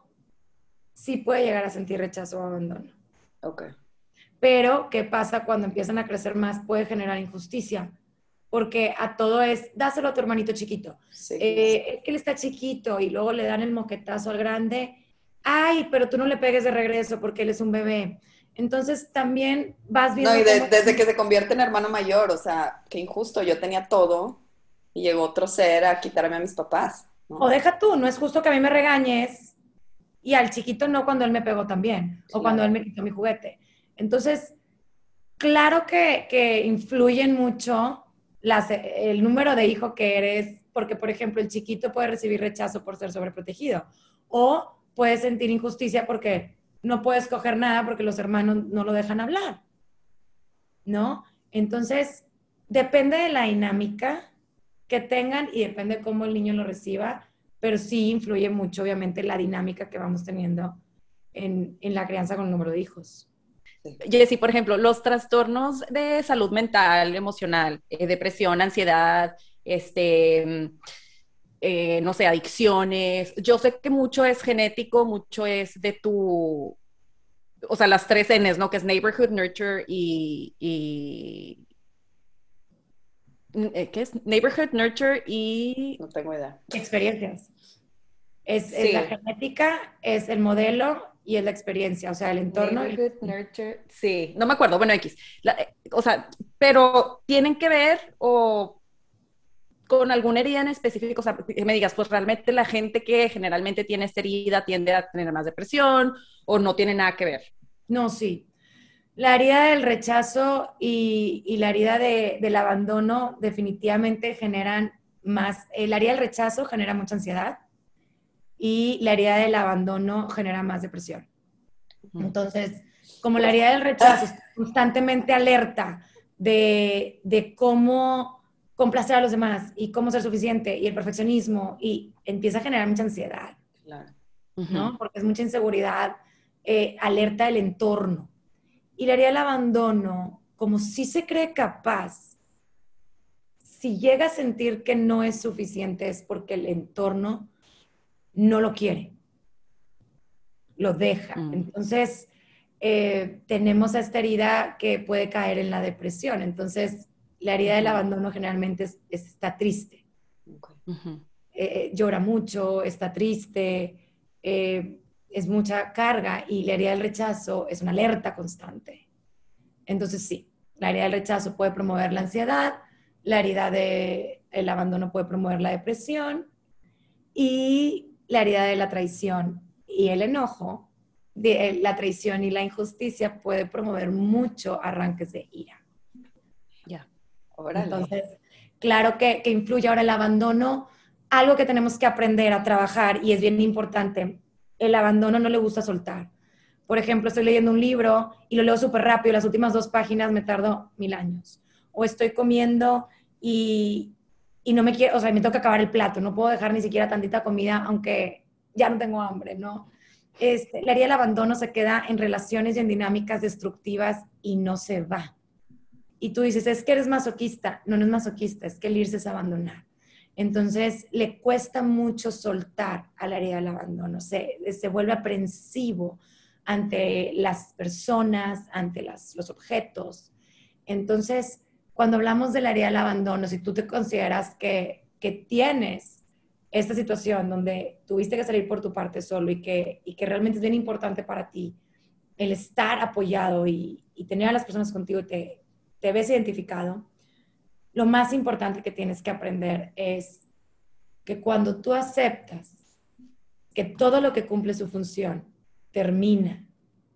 sí puede llegar a sentir rechazo o abandono. Ok. Pero, ¿qué pasa cuando empiezan a crecer más? Puede generar injusticia, porque a todo es, dáselo a tu hermanito chiquito. Sí. Eh, es que él está chiquito y luego le dan el moquetazo al grande. Ay, pero tú no le pegues de regreso porque él es un bebé. Entonces también vas viendo... No, y de, cómo... desde que se convierte en hermano mayor, o sea, qué injusto, yo tenía todo y llegó otro ser a quitarme a mis papás, ¿no? O deja tú, no es justo que a mí me regañes y al chiquito no cuando él me pegó también, Claro. O cuando él me quitó mi juguete. Entonces, claro que, que influyen mucho las, el número de hijo que eres, porque, por ejemplo, el chiquito puede recibir rechazo por ser sobreprotegido o puede sentir injusticia porque no puede escoger nada porque los hermanos no lo dejan hablar, ¿no? Entonces, depende de la dinámica que tengan y depende de cómo el niño lo reciba, pero sí influye mucho, obviamente, la dinámica que vamos teniendo en, en la crianza con el número de hijos. Jessy, por ejemplo, los trastornos de salud mental, emocional, eh, depresión, ansiedad, este, eh, no sé, adicciones, yo sé que mucho es genético, mucho es de tu, o sea, las tres N's, ¿no? Que es neighborhood, nurture y, y ¿qué es? Neighborhood, nurture y... No tengo idea. Experiencias. Es, Sí. es la genética, es el modelo y es la experiencia, o sea, el entorno. Neighborhood, y... nurture, sí, no me acuerdo, bueno, X. La, o sea, pero tienen que ver o con alguna herida en específico, o sea, que me digas, pues realmente la gente que generalmente tiene esta herida tiende a tener más depresión o no tiene nada que ver. No, sí. La herida del rechazo y, y la herida de, del abandono definitivamente generan más, eh, la herida del rechazo genera mucha ansiedad y la herida del abandono genera más depresión. Entonces, como la herida del rechazo está constantemente alerta de, de cómo complacer a los demás y cómo ser suficiente y el perfeccionismo y empieza a generar mucha ansiedad, Claro. ¿no? Uh-huh. Porque es mucha inseguridad, eh, alerta del entorno. Y la herida del abandono, como sí se cree capaz, si llega a sentir que no es suficiente es porque el entorno no lo quiere, lo deja. Mm. Entonces, eh, tenemos esta herida que puede caer en la depresión. Entonces, la herida uh-huh. del abandono generalmente es, es, está triste. Okay. Uh-huh. eh, llora mucho, está triste, eh, es mucha carga, y la herida del rechazo es una alerta constante. Entonces, sí, la herida del rechazo puede promover la ansiedad, la herida del abandono puede promover la depresión, y la herida de la traición y el enojo, de la traición y la injusticia puede promover mucho arranques de ira. Ya. Yeah. Entonces, claro que, que influye ahora el abandono, algo que tenemos que aprender a trabajar, y es bien importante. El abandono no le gusta soltar. Por ejemplo, estoy leyendo un libro y lo leo súper rápido, las últimas dos páginas me tardo mil años. O estoy comiendo y, y no me quiero, o sea, me toca acabar el plato, no puedo dejar ni siquiera tantita comida, aunque ya no tengo hambre, ¿no? Este, la herida del abandono se queda en relaciones y en dinámicas destructivas y no se va. Y tú dices, es que eres masoquista. No, no es masoquista, es que el irse es abandonar. Entonces, le cuesta mucho soltar a la herida del abandono. Se, se vuelve aprensivo ante las personas, ante las, los objetos. Entonces, cuando hablamos de la herida del abandono, si tú te consideras que, que tienes esta situación donde tuviste que salir por tu parte solo y que, y que realmente es bien importante para ti el estar apoyado y, y tener a las personas contigo, te, te ves identificado, lo más importante que tienes que aprender es que cuando tú aceptas que todo lo que cumple su función termina,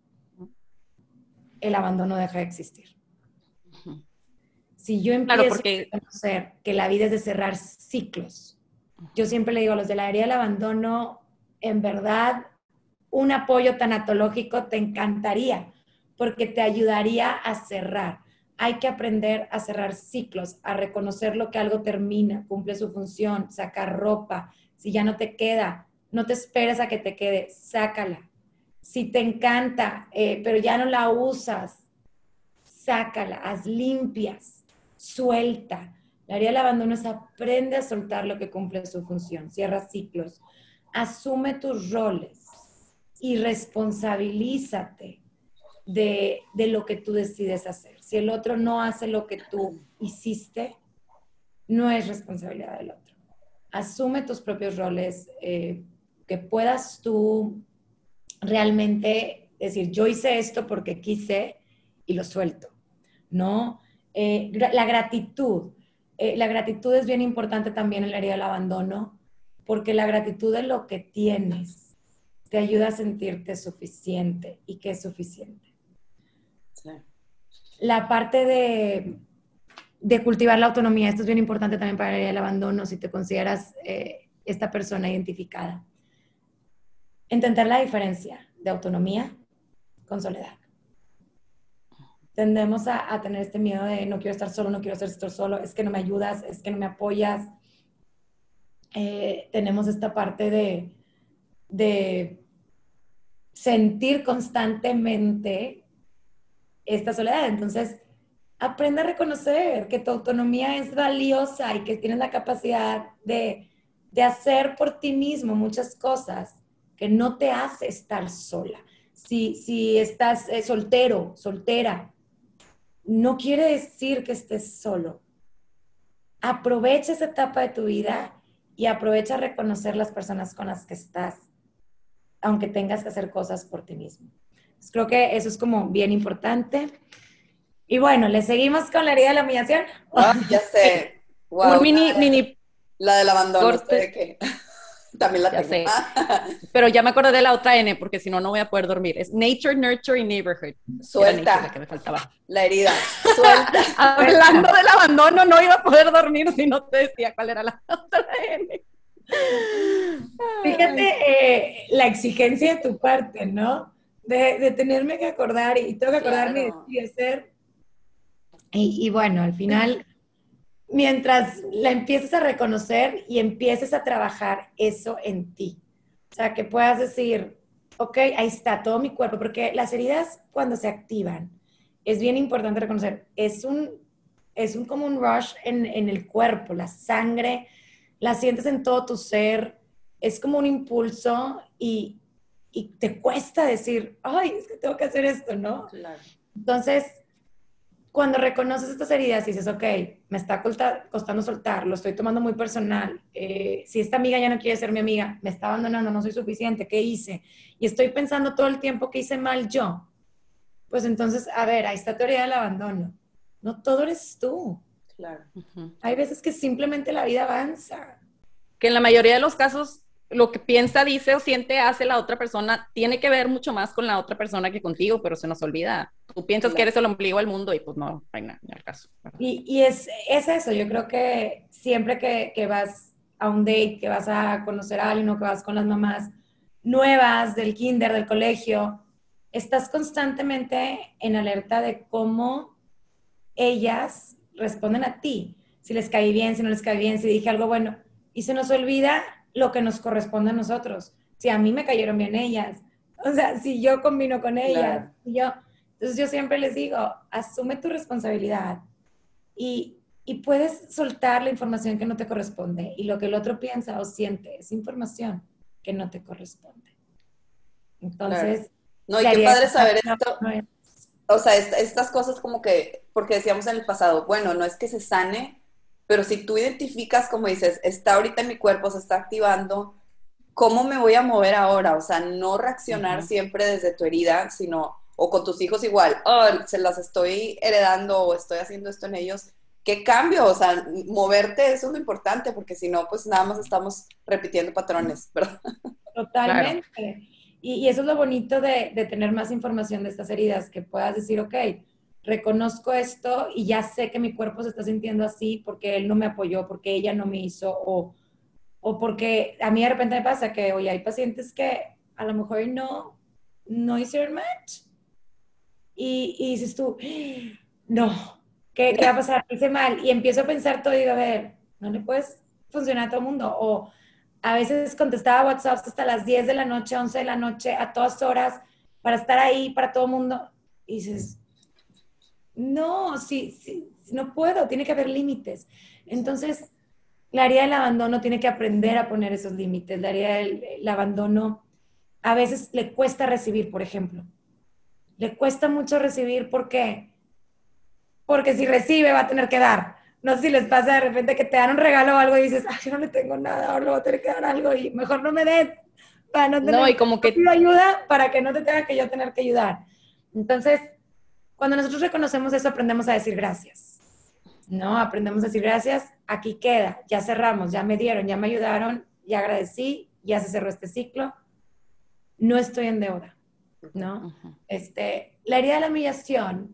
el abandono deja de existir. Uh-huh. Si yo empiezo claro, porque... a conocer que la vida es de cerrar ciclos, yo siempre le digo a los de la herida del abandono, en verdad, un apoyo tanatológico te encantaría, porque te ayudaría a cerrar. Hay que aprender a cerrar ciclos, a reconocer lo que algo termina, cumple su función, sacar ropa. Si ya no te queda, no te esperes a que te quede, sácala. Si te encanta, eh, pero ya no la usas, sácala, haz limpias, suelta. La herida del abandono es aprende a soltar lo que cumple su función, cierra ciclos, asume tus roles y responsabilízate de, de lo que tú decides hacer. Si el otro no hace lo que tú hiciste, no es responsabilidad del otro. Asume tus propios roles, eh, que puedas tú realmente decir, yo hice esto porque quise y lo suelto, ¿no? Eh, la gratitud. Eh, la gratitud es bien importante también en la herida del abandono, porque la gratitud de lo que tienes te ayuda a sentirte suficiente y que es suficiente. Sí. La parte de, de cultivar la autonomía, esto es bien importante también para la herida del abandono, si te consideras eh, esta persona identificada. Entender la diferencia de autonomía con soledad. Tendemos a, a tener este miedo de no quiero estar solo, no quiero hacer esto solo, es que no me ayudas, es que no me apoyas. Eh, tenemos esta parte de, de sentir constantemente esta soledad. Entonces, aprende a reconocer que tu autonomía es valiosa y que tienes la capacidad de, de hacer por ti mismo muchas cosas que no te hace estar sola. Si, si estás eh, soltero, soltera, no quiere decir que estés solo. Aprovecha esa etapa de tu vida y aprovecha a reconocer las personas con las que estás, aunque tengas que hacer cosas por ti mismo. Entonces, creo que eso es como bien importante. Y bueno, ¿le seguimos con la herida de la humillación? Oh, ya sé. Wow. Un mini, la, mini la del abandono. ¿De qué? También la ya tengo. Sé. Pero ya me acordé de la otra N, porque si no, no voy a poder dormir. Es Nature, Nurture y Neighborhood. Suelta. Nature, la que me faltaba. La herida. Suelta. Hablando del abandono, no iba a poder dormir si no te decía cuál era la otra N. Fíjate eh, la exigencia de tu parte, ¿no? De, de tenerme que acordar y tengo que acordarme claro. de, de hacer. Y, y bueno, al final, mientras la empieces a reconocer y empieces a trabajar eso en ti. O sea, que puedas decir, ok, ahí está todo mi cuerpo, porque las heridas cuando se activan, es bien importante reconocer, es un es un, como un rush en, en el cuerpo, la sangre, la sientes en todo tu ser, es como un impulso y, y te cuesta decir, ay, es que tengo que hacer esto, ¿no? Claro. Entonces, cuando reconoces estas heridas y dices, ok, me está costando soltar, lo estoy tomando muy personal, eh, si esta amiga ya no quiere ser mi amiga, me está abandonando, no soy suficiente, ¿qué hice? Y estoy pensando todo el tiempo que hice mal yo. Pues entonces, a ver, ahí está teoría del abandono. No todo eres tú. Claro. Uh-huh. Hay veces que simplemente la vida avanza. Que en la mayoría de los casos, lo que piensa, dice o siente, hace la otra persona, tiene que ver mucho más con la otra persona que contigo, pero se nos olvida. Tú piensas Claro. que eres el ombligo del mundo y pues no, no hay al caso. Y, y es, es eso, yo creo que siempre que, que vas a un date, que vas a conocer a alguien o que vas con las mamás nuevas del kinder, del colegio, estás constantemente en alerta de cómo ellas responden a ti. Si les cae bien, si no les cae bien, si dije algo bueno. Y se nos olvida lo que nos corresponde a nosotros. Si a mí me cayeron bien ellas, o sea, si yo combino con ellas, Claro. yo, entonces yo siempre les digo, asume tu responsabilidad y, y puedes soltar la información que no te corresponde y lo que el otro piensa o siente es información que no te corresponde. Entonces, claro. No, y qué padre saber esto. No es, O sea, est estas cosas como que, porque decíamos en el pasado, bueno, no es que se sane, pero si tú identificas, como dices, está ahorita en mi cuerpo, se está activando, ¿cómo me voy a mover ahora? O sea, no reaccionar Uh-huh. siempre desde tu herida, sino, o con tus hijos igual, oh, se las estoy heredando o estoy haciendo esto en ellos. ¿Qué cambio? O sea, moverte eso es lo importante, porque si no, pues nada más estamos repitiendo patrones, ¿verdad? totalmente. Claro. Y, y eso es lo bonito de, de tener más información de estas heridas, que puedas decir, ok, reconozco esto y ya sé que mi cuerpo se está sintiendo así porque él no me apoyó, porque ella no me hizo, o, o porque a mí de repente me pasa que, oye, hay pacientes que a lo mejor no, no hicieron match. Y, y dices tú, no, ¿qué, ¿qué va a pasar? Hice mal. Y empiezo a pensar todo y digo, a ver, no le puedes funcionar a todo el mundo. O a veces contestaba WhatsApp hasta las diez de la noche, once de la noche, a todas horas, para estar ahí para todo el mundo. Y dices, no, sí, sí, no puedo, tiene que haber límites. Entonces, la área del abandono tiene que aprender a poner esos límites. La área del el abandono a veces le cuesta recibir, por ejemplo. Le cuesta mucho recibir, ¿por qué? Porque si recibe va a tener que dar. No sé si les pasa de repente que te dan un regalo o algo y dices, ay, yo no le tengo nada, ahora le voy a tener que dar algo y mejor no me des, para no tener No, y como que... pido ayuda para que no te tenga que yo tener que ayudar. Entonces, cuando nosotros reconocemos eso, aprendemos a decir gracias, ¿no? Aprendemos a decir gracias, aquí queda, ya cerramos, ya me dieron, ya me ayudaron, ya agradecí, ya se cerró este ciclo, no estoy en deuda, ¿no? Uh-huh. Este, la herida de la humillación,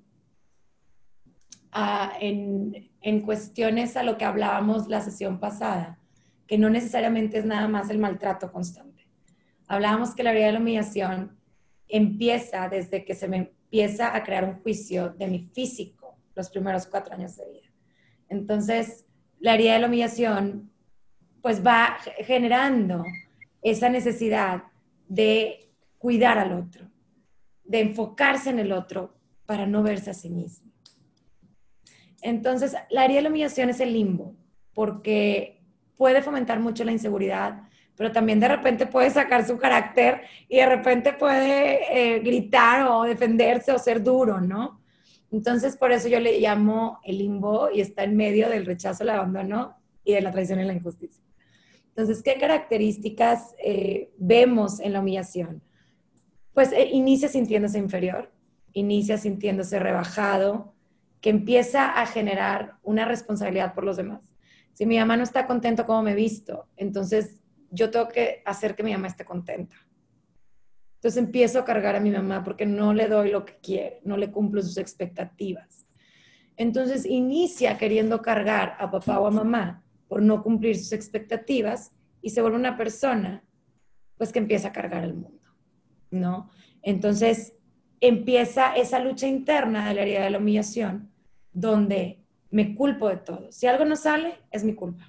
uh, en, en cuestiones a lo que hablábamos la sesión pasada, que no necesariamente es nada más el maltrato constante. Hablábamos que la herida de la humillación empieza desde que se me empieza a crear un juicio de mi físico los primeros cuatro años de vida. Entonces, la herida de la humillación pues va generando esa necesidad de cuidar al otro, de enfocarse en el otro para no verse a sí mismo. Entonces, la herida de la humillación es el limbo, porque puede fomentar mucho la inseguridad, pero también de repente puede sacar su carácter y de repente puede eh, gritar o defenderse o ser duro, ¿no? Entonces, por eso yo le llamo el limbo y está en medio del rechazo, el abandono y de la traición y la injusticia. Entonces, ¿qué características eh, vemos en la humillación? Pues eh, inicia sintiéndose inferior, inicia sintiéndose rebajado, que empieza a generar una responsabilidad por los demás. Si mi mamá no está contenta como me he visto, entonces yo tengo que hacer que mi mamá esté contenta. Entonces empiezo a cargar a mi mamá porque no le doy lo que quiere, no le cumplo sus expectativas. Entonces inicia queriendo cargar a papá o a mamá por no cumplir sus expectativas y se vuelve una persona pues que empieza a cargar el mundo, ¿no? Entonces empieza esa lucha interna de la herida de la humillación donde me culpo de todo. Si algo no sale, es mi culpa.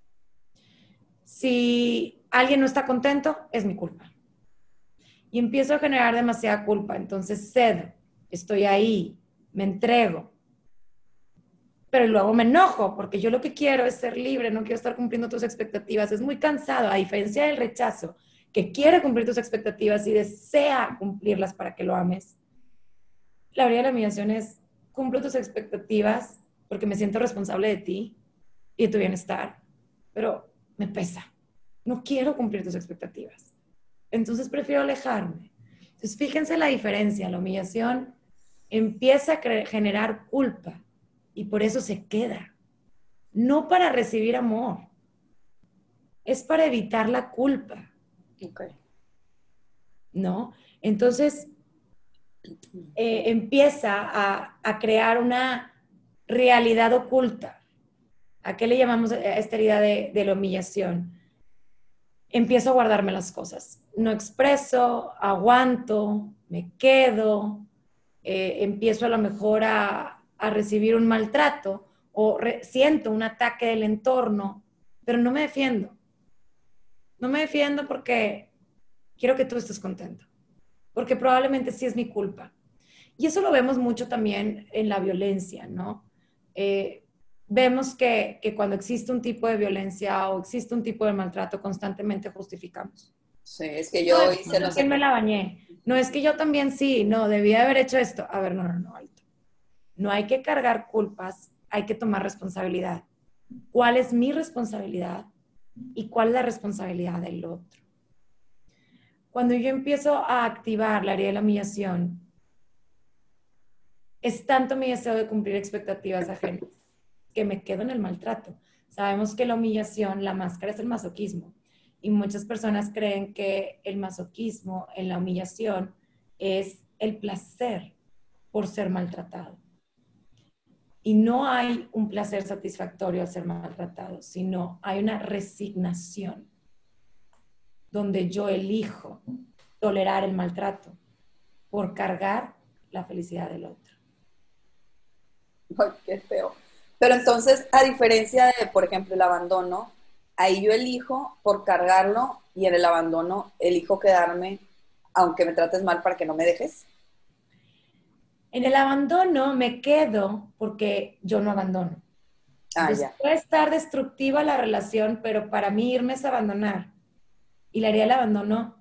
Si alguien no está contento, es mi culpa. Y empiezo a generar demasiada culpa. Entonces cedo, estoy ahí, me entrego. pero luego me enojo porque yo lo que quiero es ser libre, no quiero estar cumpliendo tus expectativas. Es muy cansado, a diferencia del rechazo, que quiere cumplir tus expectativas y desea cumplirlas para que lo ames. La teoría de la humillación es, cumplo tus expectativas porque me siento responsable de ti y de tu bienestar, pero me pesa. No quiero cumplir tus expectativas. Entonces prefiero alejarme. Entonces fíjense la diferencia. La humillación empieza a generar culpa y por eso se queda. No para recibir amor. Es para evitar la culpa. Okay. ¿No? Entonces eh, empieza a, a crear una realidad oculta. ¿A qué le llamamos a esta herida de, de la humillación? Empiezo a guardarme las cosas. No expreso, aguanto, me quedo, eh, empiezo a lo mejor a, a recibir un maltrato o re, siento un ataque del entorno, pero no me defiendo. No me defiendo porque quiero que tú estés contento, porque probablemente sí es mi culpa. Y eso lo vemos mucho también en la violencia, ¿no? Eh, vemos que, que cuando existe un tipo de violencia o existe un tipo de maltrato, constantemente justificamos. Sí, es que yo no, hice no sé quién me la bañé. No, es que yo también sí, no, debía haber hecho esto. A ver, no, no, no, alto. No hay que cargar culpas, hay que tomar responsabilidad. ¿Cuál es mi responsabilidad y cuál es la responsabilidad del otro? Cuando yo empiezo a activar la área de la humillación, es tanto mi deseo de cumplir expectativas ajenas que me quedo en el maltrato. Sabemos que la humillación, la máscara es el masoquismo. Y muchas personas creen que el masoquismo en la humillación es el placer por ser maltratado. Y no hay un placer satisfactorio al ser maltratado, sino hay una resignación donde yo elijo tolerar el maltrato por cargar la felicidad del otro. Ay, qué feo. Pero entonces, a diferencia de, por ejemplo, el abandono, ahí yo elijo por cargarlo y en el abandono elijo quedarme aunque me trates mal para que no me dejes. En el abandono me quedo porque yo no abandono. Ah, Entonces, ya. puede estar destructiva la relación, pero para mí irme es abandonar. Y la herida del abandono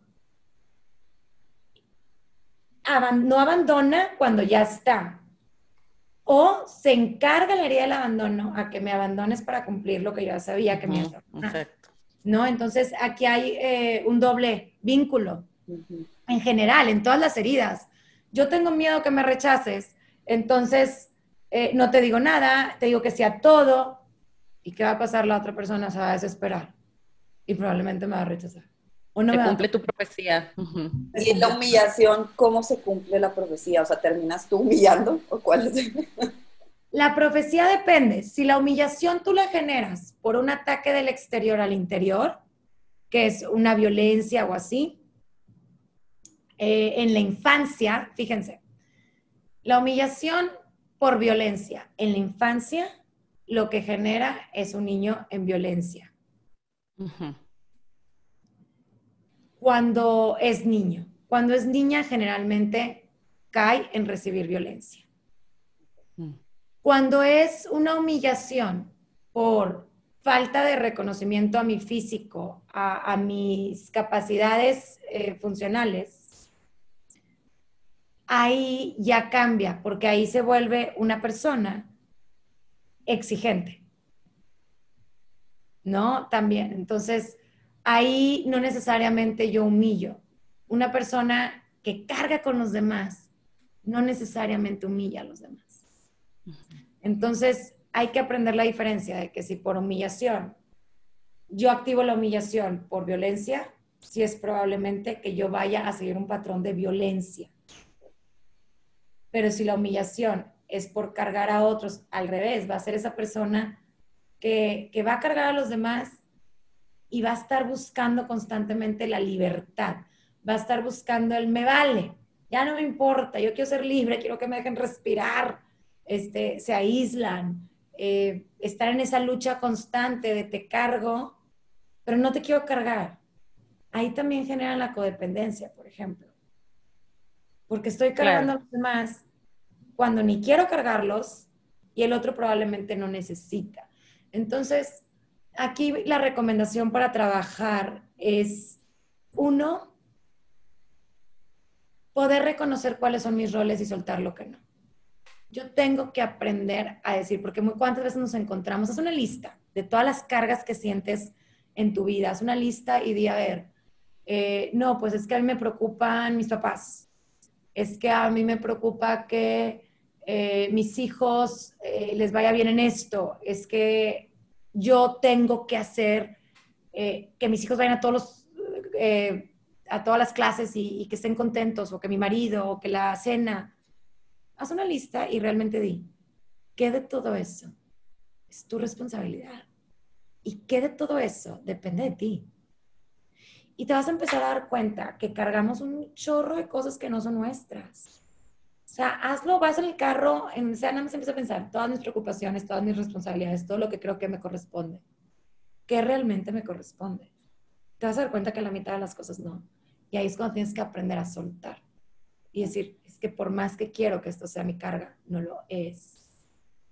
no abandona cuando ya está. O se encarga la herida del abandono a que me abandones para cumplir lo que yo sabía que uh-huh, me iba a abandonar. ¿No? Entonces, aquí hay eh, un doble vínculo. Uh-huh. En general, en todas las heridas. Yo tengo miedo que me rechaces, entonces eh, no te digo nada, te digo que sí a todo. ¿Y qué va a pasar? La otra persona se va a desesperar y probablemente me va a rechazar. O no se me cumple va a... tu profecía. Uh-huh. Y en la humillación, ¿cómo se cumple la profecía? O sea, ¿terminas tú humillando? ¿O cuál es? La profecía depende. Si la humillación tú la generas por un ataque del exterior al interior, que es una violencia o así, eh, en la infancia, fíjense, la humillación por violencia en la infancia lo que genera es un niño en violencia. Uh-huh. Cuando es niño. Cuando es niña, generalmente cae en recibir violencia. Uh-huh. Cuando es una humillación por falta de reconocimiento a mi físico, a, a mis capacidades eh, funcionales, ahí ya cambia, porque ahí se vuelve una persona exigente, ¿no? También, entonces, ahí no necesariamente yo humillo. Una persona que carga con los demás no necesariamente humilla a los demás. Entonces, hay que aprender la diferencia de que si por humillación, yo activo la humillación por violencia, sí es probablemente que yo vaya a seguir un patrón de violencia. Pero si la humillación es por cargar a otros, al revés, va a ser esa persona que, que va a cargar a los demás y va a estar buscando constantemente la libertad, va a estar buscando el me vale, ya no me importa, yo quiero ser libre, quiero que me dejen respirar, este, se aíslan, eh, estar en esa lucha constante de te cargo, pero no te quiero cargar. Ahí también generan la codependencia, por ejemplo, porque estoy cargando claro. a los demás cuando ni quiero cargarlos y el otro probablemente no necesita. Entonces, aquí la recomendación para trabajar es, uno, poder reconocer cuáles son mis roles y soltar lo que no. Yo tengo que aprender a decir, porque muy, cuántas veces nos encontramos, haz una lista de todas las cargas que sientes en tu vida, haz una lista y di, a ver, eh, no, pues es que a mí me preocupan mis papás, es que a mí me preocupa que eh, mis hijos eh, les vaya bien en esto, es que yo tengo que hacer eh, que mis hijos vayan a todos los... Eh, a todas las clases y, y que estén contentos, o que mi marido, o que la cena. Haz una lista y realmente di, ¿qué de todo eso es tu responsabilidad? ¿Y qué de todo eso depende de ti? Y te vas a empezar a dar cuenta que cargamos un chorro de cosas que no son nuestras. O sea, hazlo, vas en el carro, en, o sea, nada más empieza a pensar todas mis preocupaciones, todas mis responsabilidades, todo lo que creo que me corresponde. ¿Qué realmente me corresponde? Te vas a dar cuenta que la mitad de las cosas no. Y ahí es cuando tienes que aprender a soltar. Y decir, es que por más que quiero que esto sea mi carga, no lo es.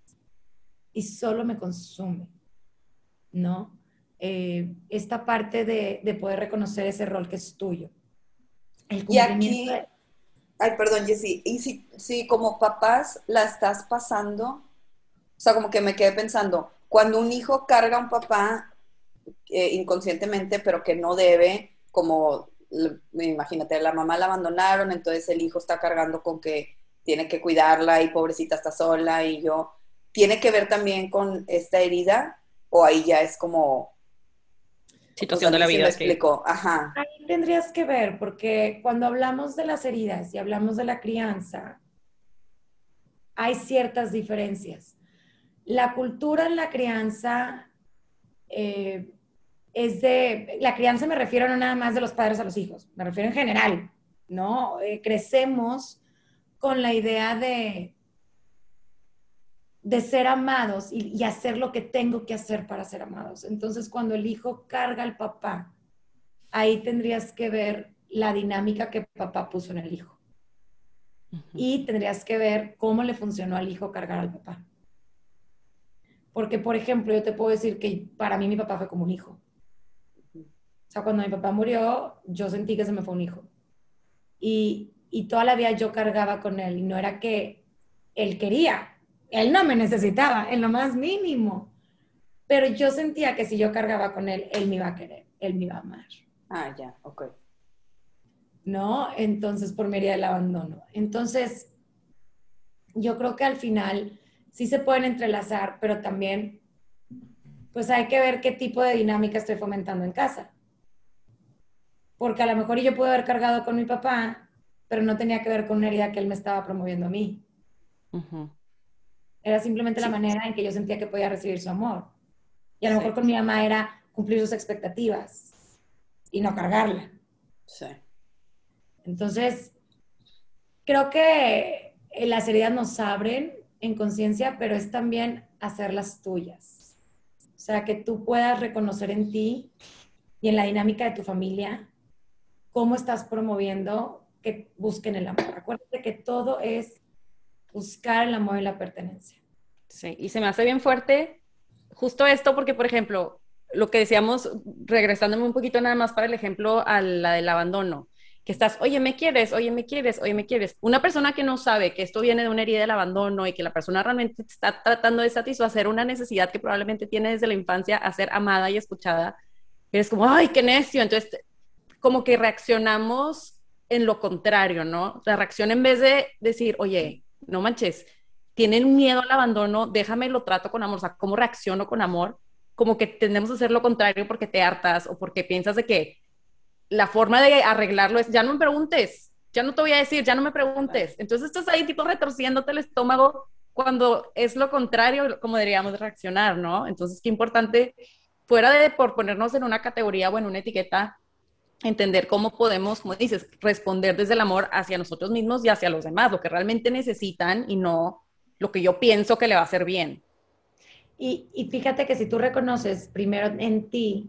Y solo me consume, ¿no? Eh, esta parte de, de poder reconocer ese rol que es tuyo. El Y aquí, de... ay, perdón, Jessy, y si, si como papás la estás pasando, o sea, como que me quedé pensando, cuando un hijo carga a un papá eh, inconscientemente, pero que no debe, como, imagínate, la mamá la abandonaron, entonces el hijo está cargando con que tiene que cuidarla y pobrecita está sola y yo, ¿tiene que ver también con esta herida? ¿O ahí ya es como... situación de la vida? Me explicó, ajá. Ahí tendrías que ver, porque cuando hablamos de las heridas y hablamos de la crianza, hay ciertas diferencias. La cultura en la crianza eh, es de, la crianza me refiero no nada más de los padres a los hijos, me refiero en general, ¿no? Eh, crecemos con la idea de, de ser amados y, y hacer lo que tengo que hacer para ser amados. Entonces, cuando el hijo carga al papá, ahí tendrías que ver la dinámica que papá puso en el hijo. Uh-huh. Y tendrías que ver cómo le funcionó al hijo cargar al papá. Porque, por ejemplo, yo te puedo decir que para mí mi papá fue como un hijo. O sea, cuando mi papá murió, yo sentí que se me fue un hijo. Y, y toda la vida yo cargaba con él. Y no era que él quería. Él no me necesitaba, en lo más mínimo. Pero yo sentía que si yo cargaba con él, él me iba a querer, él me iba a amar. Ah, ya, ok. ¿No? Entonces, por medio del abandono. Entonces, yo creo que al final sí se pueden entrelazar, pero también, pues hay que ver qué tipo de dinámica estoy fomentando en casa. Porque a lo mejor yo pude haber cargado con mi papá, pero no tenía que ver con una herida que él me estaba promoviendo a mí. Uh-huh. Era simplemente sí. La manera en que yo sentía que podía recibir su amor. Y a lo sí. mejor con mi mamá era cumplir sus expectativas y no cargarla. Sí. Entonces, creo que las heridas nos abren en conciencia, pero es también hacerlas tuyas. O sea, que tú puedas reconocer en ti y en la dinámica de tu familia cómo estás promoviendo que busquen el amor. Acuérdate que todo es buscar el amor y la pertenencia. Sí, y se me hace bien fuerte justo esto porque, por ejemplo, lo que decíamos, regresándome un poquito nada más para el ejemplo a la del abandono, que estás, oye, ¿me quieres? Oye, ¿me quieres? Oye, ¿me quieres? Una persona que no sabe que esto viene de una herida del abandono y que la persona realmente está tratando de satisfacer una necesidad que probablemente tiene desde la infancia a ser amada y escuchada, eres como, ¡ay, qué necio! Entonces, como que reaccionamos en lo contrario, ¿no? La reacción en vez de decir, oye, no manches, tienen miedo al abandono, déjame lo trato con amor, o sea, ¿cómo reacciono con amor? Como que tendemos a hacer lo contrario porque te hartas o porque piensas de que la forma de arreglarlo es, ya no me preguntes, ya no te voy a decir, ya no me preguntes. Entonces estás ahí tipo retorciéndote el estómago cuando es lo contrario como deberíamos reaccionar, ¿no? Entonces qué importante, fuera de por ponernos en una categoría o en una etiqueta, entender cómo podemos, como dices, responder desde el amor hacia nosotros mismos y hacia los demás, lo que realmente necesitan y no lo que yo pienso que le va a hacer bien. Y, y fíjate que si tú reconoces primero en ti,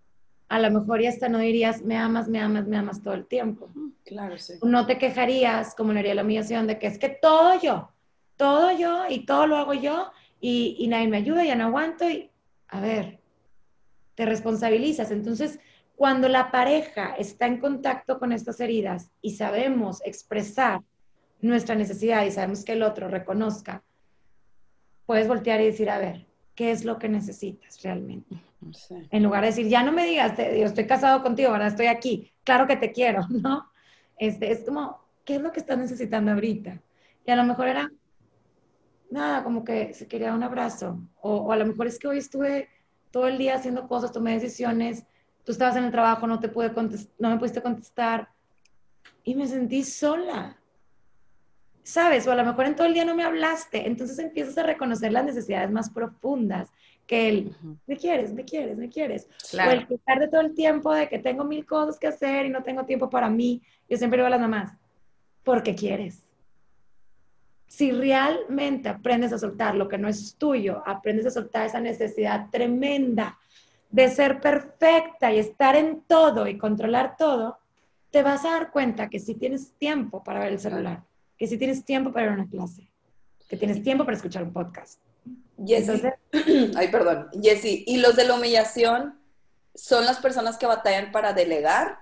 a lo mejor ya hasta no dirías, me amas, me amas, me amas todo el tiempo. Claro, sí. No te quejarías, como le haría la humillación, de que es que todo yo. todo yo y todo lo hago yo y, y nadie me ayuda, ya no aguanto y, a ver, te responsabilizas. Entonces, cuando la pareja está en contacto con estas heridas y sabemos expresar nuestra necesidad y sabemos que el otro reconozca, puedes voltear y decir, a ver, ¿qué es lo que necesitas realmente? Sí. En lugar de decir, ya no me digas, te, yo estoy casado contigo, ¿verdad? Estoy aquí, claro que te quiero, ¿no? Este, es como, ¿qué es lo que estás necesitando ahorita? Y a lo mejor era, nada, como que se quería un abrazo. O, o a lo mejor es que hoy estuve todo el día haciendo cosas, tomé decisiones, tú estabas en el trabajo, no te pude contestar, no me pudiste contestar y me sentí sola. ¿Sabes? O a lo mejor en todo el día no me hablaste. Entonces empiezas a reconocer las necesidades más profundas que el, uh-huh. me quieres, me quieres, me quieres. Claro. O el quejar de todo el tiempo de que tengo mil cosas que hacer y no tengo tiempo para mí. Yo siempre digo a las mamás, porque quieres. Si realmente aprendes a soltar lo que no es tuyo, aprendes a soltar esa necesidad tremenda de ser perfecta y estar en todo y controlar todo, te vas a dar cuenta que si tienes tiempo para ver el celular, que si tienes tiempo para ir a una clase, que tienes tiempo para escuchar un podcast. Jessie, Entonces, ay, perdón, Jessie, ¿y los de la humillación son las personas que batallan para delegar?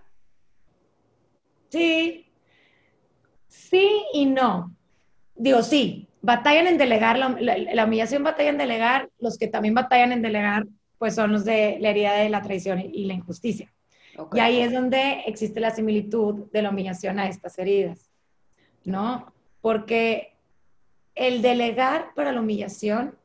Sí, sí y no. Digo, sí, batallan en delegar, la, la, la humillación batalla en delegar, los que también batallan en delegar, pues son los de la herida de la traición y la injusticia. Okay, y ahí okay. es donde existe la similitud de la humillación a estas heridas, ¿no? Porque el delegar para la humillación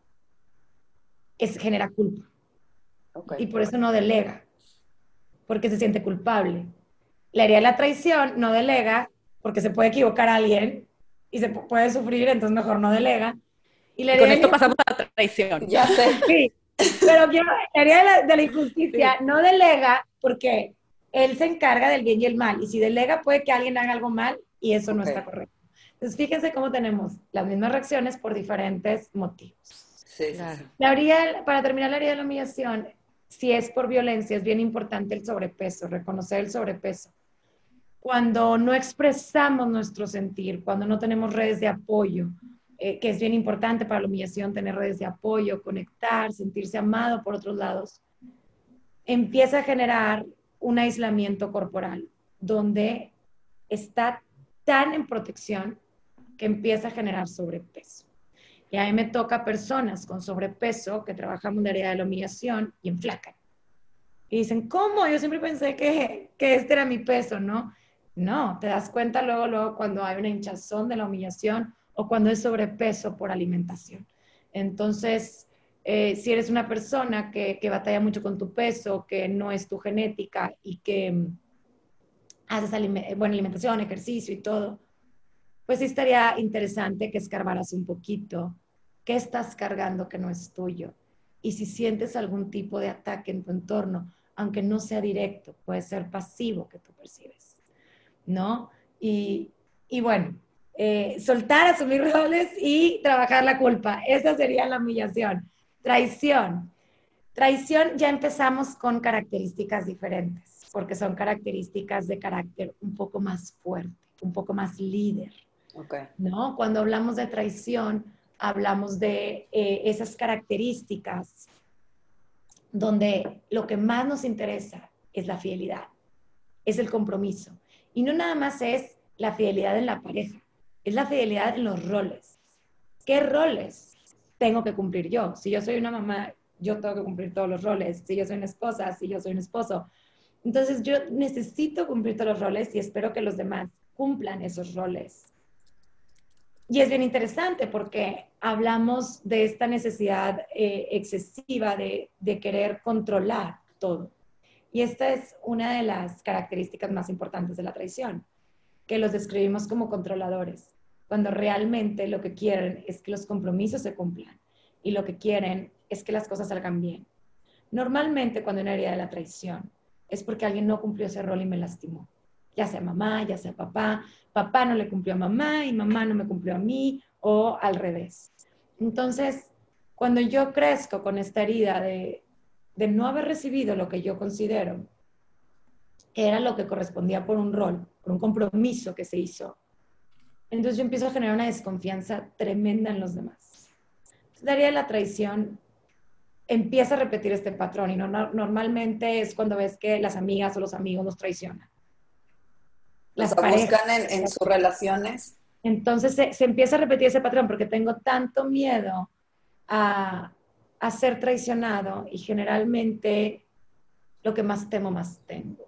es, genera culpa. Okay. Y por eso no delega, porque se siente culpable. La herida de la traición no delega porque se puede equivocar a alguien y se puede sufrir, entonces mejor no delega. Y, la y con esto de... pasamos a la traición. Ya sé. Sí, pero quiero, la herida de la, de la injusticia sí. no delega porque él se encarga del bien y el mal. Y si delega puede que alguien haga algo mal y eso okay. no está correcto. Entonces fíjense cómo tenemos las mismas reacciones por diferentes motivos. Sí, claro. sí, sí. La herida, para terminar la herida de la humillación, si es por violencia, es bien importante el sobrepeso, reconocer el sobrepeso. Cuando no expresamos nuestro sentir, cuando no tenemos redes de apoyo, eh, que es bien importante para la humillación tener redes de apoyo, conectar, sentirse amado por otros lados, empieza a generar un aislamiento corporal, donde está tan en protección que empieza a generar sobrepeso. Y a mí me toca personas con sobrepeso que trabajamos en la área de la humillación y enflacan. Y dicen, ¿cómo? Yo siempre pensé que, que este era mi peso, ¿no? No, te das cuenta luego, luego cuando hay una hinchazón de la humillación o cuando es sobrepeso por alimentación. Entonces, eh, si eres una persona que, que batalla mucho con tu peso, que no es tu genética y que um, haces aliment- buena alimentación, ejercicio y todo, pues sí estaría interesante que escarbaras un poquito qué estás cargando que no es tuyo. Y si sientes algún tipo de ataque en tu entorno, aunque no sea directo, puede ser pasivo que tú percibes, ¿no? Y, y bueno, eh, soltar, asumir roles y trabajar la culpa. Esa sería la humillación. Traición. Traición ya empezamos con características diferentes, porque son características de carácter un poco más fuerte, un poco más líder. Okay. ¿No? Cuando hablamos de traición, hablamos de eh, esas características donde lo que más nos interesa es la fidelidad, es el compromiso. Y no nada más es la fidelidad en la pareja, es la fidelidad en los roles. ¿Qué roles tengo que cumplir yo? Si yo soy una mamá, yo tengo que cumplir todos los roles. Si yo soy una esposa, si yo soy un esposo. Entonces yo necesito cumplir todos los roles y espero que los demás cumplan esos roles. Y es bien interesante porque hablamos de esta necesidad eh, excesiva de, de querer controlar todo. Y esta es una de las características más importantes de la traición, que los describimos como controladores, cuando realmente lo que quieren es que los compromisos se cumplan y lo que quieren es que las cosas salgan bien. Normalmente cuando hay una herida de la traición es porque alguien no cumplió ese rol y me lastimó. Ya sea mamá, ya sea papá, papá no le cumplió a mamá y mamá no me cumplió a mí, o al revés. Entonces, cuando yo crezco con esta herida de, de no haber recibido lo que yo considero que era lo que correspondía por un rol, por un compromiso que se hizo, Entonces yo empiezo a generar una desconfianza tremenda en los demás. Entonces, el área de la traición empieza a repetir este patrón y no, no, normalmente es cuando ves que las amigas o los amigos nos traicionan. Las o sea, parejas, buscan en, en sus relaciones. Entonces se, se empieza a repetir ese patrón porque tengo tanto miedo a, a ser traicionado y generalmente lo que más temo, más tengo.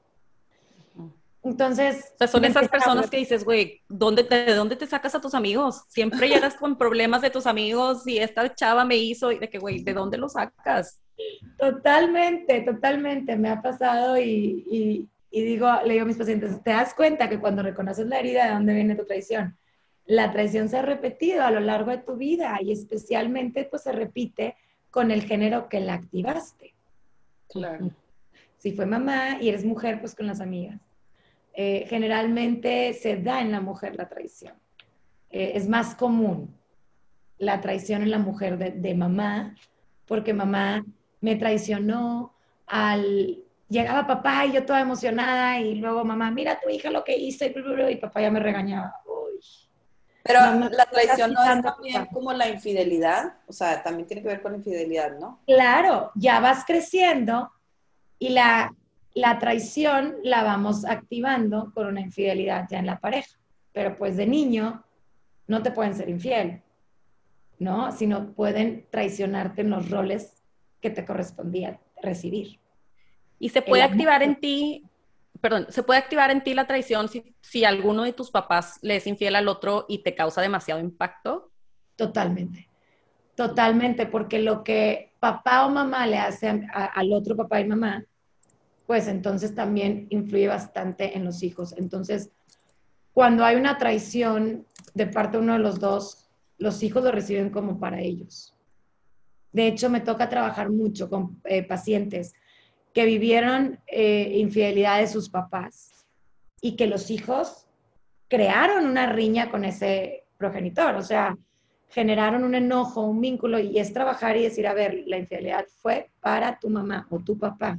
Entonces... O sea, son esas personas que dices, güey, ¿dónde te, ¿de dónde te sacas a tus amigos? Siempre llegas con problemas de tus amigos y esta chava me hizo, y de que, güey, ¿de dónde lo sacas? Totalmente, totalmente. Me ha pasado y, y, y digo, le digo a mis pacientes, ¿te das cuenta que cuando reconoces la herida, de dónde viene tu traición? La traición se ha repetido a lo largo de tu vida y especialmente pues se repite con el género que la activaste. Claro. Si fue mamá y eres mujer, pues con las amigas. Eh, generalmente se da en la mujer la traición. Eh, es más común la traición en la mujer de, de mamá, porque mamá me traicionó al... Llegaba papá y yo toda emocionada y luego mamá, mira tu hija lo que hizo y, y papá ya me regañaba. Uy. Pero Mamá, la traición no es también como la infidelidad, o sea, también tiene que ver con la infidelidad, ¿no? Claro, ya vas creciendo y la, la traición la vamos activando con una infidelidad ya en la pareja. Pero pues de niño no te pueden ser infiel, ¿no? Sino pueden traicionarte en los roles que te correspondía recibir. Y se puede activar en ti, perdón, se puede activar en ti la traición si, si alguno de tus papás le es infiel al otro y te causa demasiado impacto. Totalmente, totalmente, porque lo que papá o mamá le hace a, a, al otro papá y mamá, pues entonces también influye bastante en los hijos. Entonces, cuando hay una traición de parte de uno de los dos, los hijos lo reciben como para ellos. De hecho, me toca trabajar mucho con eh, pacientes que vivieron eh, infidelidad de sus papás y que los hijos crearon una riña con ese progenitor, o sea, generaron un enojo, un vínculo, y es trabajar y decir, a ver, la infidelidad fue para tu mamá o tu papá,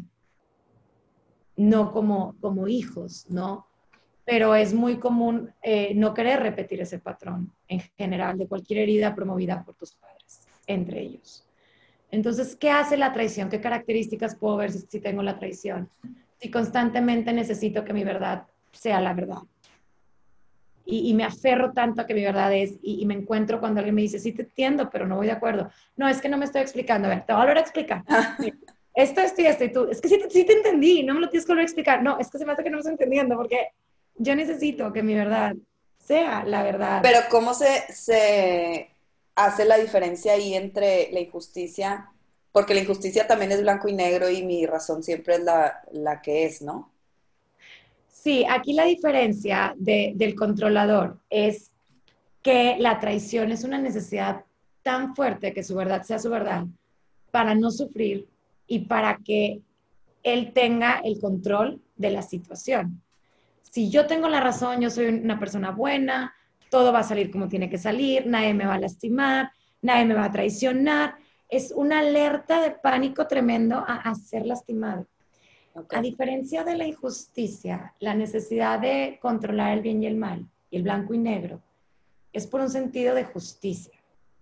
no como, como hijos, ¿no? Pero es muy común eh, no querer repetir ese patrón en general de cualquier herida promovida por tus padres, entre ellos. Entonces, ¿qué hace la traición? ¿Qué características puedo ver si, si tengo la traición? Si constantemente necesito que mi verdad sea la verdad. Y, y me aferro tanto a que mi verdad es, y, y me encuentro cuando alguien me dice, sí te entiendo, pero no voy de acuerdo. No, es que no me estoy explicando. A ver, te voy a volver a explicar. Esto, esto y esto, y tú, es que sí te, sí te entendí, no me lo tienes que volver a explicar. No, es que se me hace que no me estoy entendiendo, porque yo necesito que mi verdad sea la verdad. Pero ¿cómo se, se hace la diferencia ahí entre la injusticia? Porque la injusticia también es blanco y negro y mi razón siempre es la, la que es, ¿no? Sí, aquí la diferencia de, del controlador es que la traición es una necesidad tan fuerte que su verdad sea su verdad para no sufrir y para que él tenga el control de la situación. Si yo tengo la razón, yo soy una persona buena, todo va a salir como tiene que salir, nadie me va a lastimar, nadie me va a traicionar. Es una alerta de pánico tremendo a, a ser lastimado. Okay. A diferencia de la injusticia, la necesidad de controlar el bien y el mal, y el blanco y negro, es por un sentido de justicia.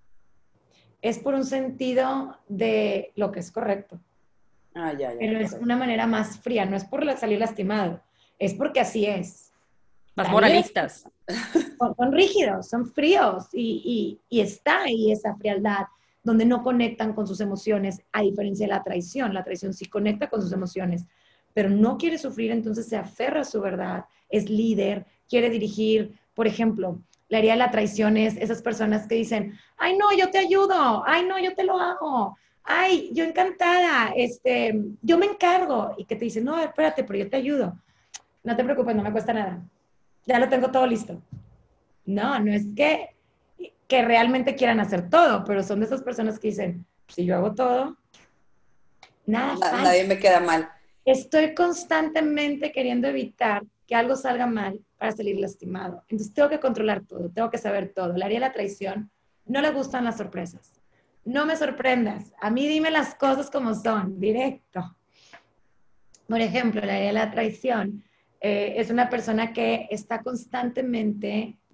Es por un sentido de lo que es correcto. Ah, ya, ya, pero es correcto. una manera más fría, no es por salir lastimado, es porque así es. Más moralistas. Son, son rígidos, son fríos y, y, y está ahí esa frialdad donde no conectan con sus emociones, a diferencia de la traición. La traición sí conecta con sus emociones, pero no quiere sufrir, entonces se aferra a su verdad, es líder, quiere dirigir. Por ejemplo, la herida de la traición es esas personas que dicen, ay no, yo te ayudo, ay no, yo te lo hago, ay, yo encantada, este, yo me encargo, y que te dicen, no, espérate, pero yo te ayudo, no te preocupes, no me cuesta nada, ya lo tengo todo listo. No, no es que, que realmente quieran hacer todo, pero son de esas personas que dicen, si yo hago todo, nada falta. Nadie me queda mal. Estoy constantemente queriendo evitar que algo salga mal para salir lastimado. Entonces tengo que controlar todo, tengo que saber todo. La herida de la traición, no le gustan las sorpresas. No me sorprendas, a mí dime las cosas como son, directo. Por ejemplo, la herida de la traición eh, es una persona que está constantemente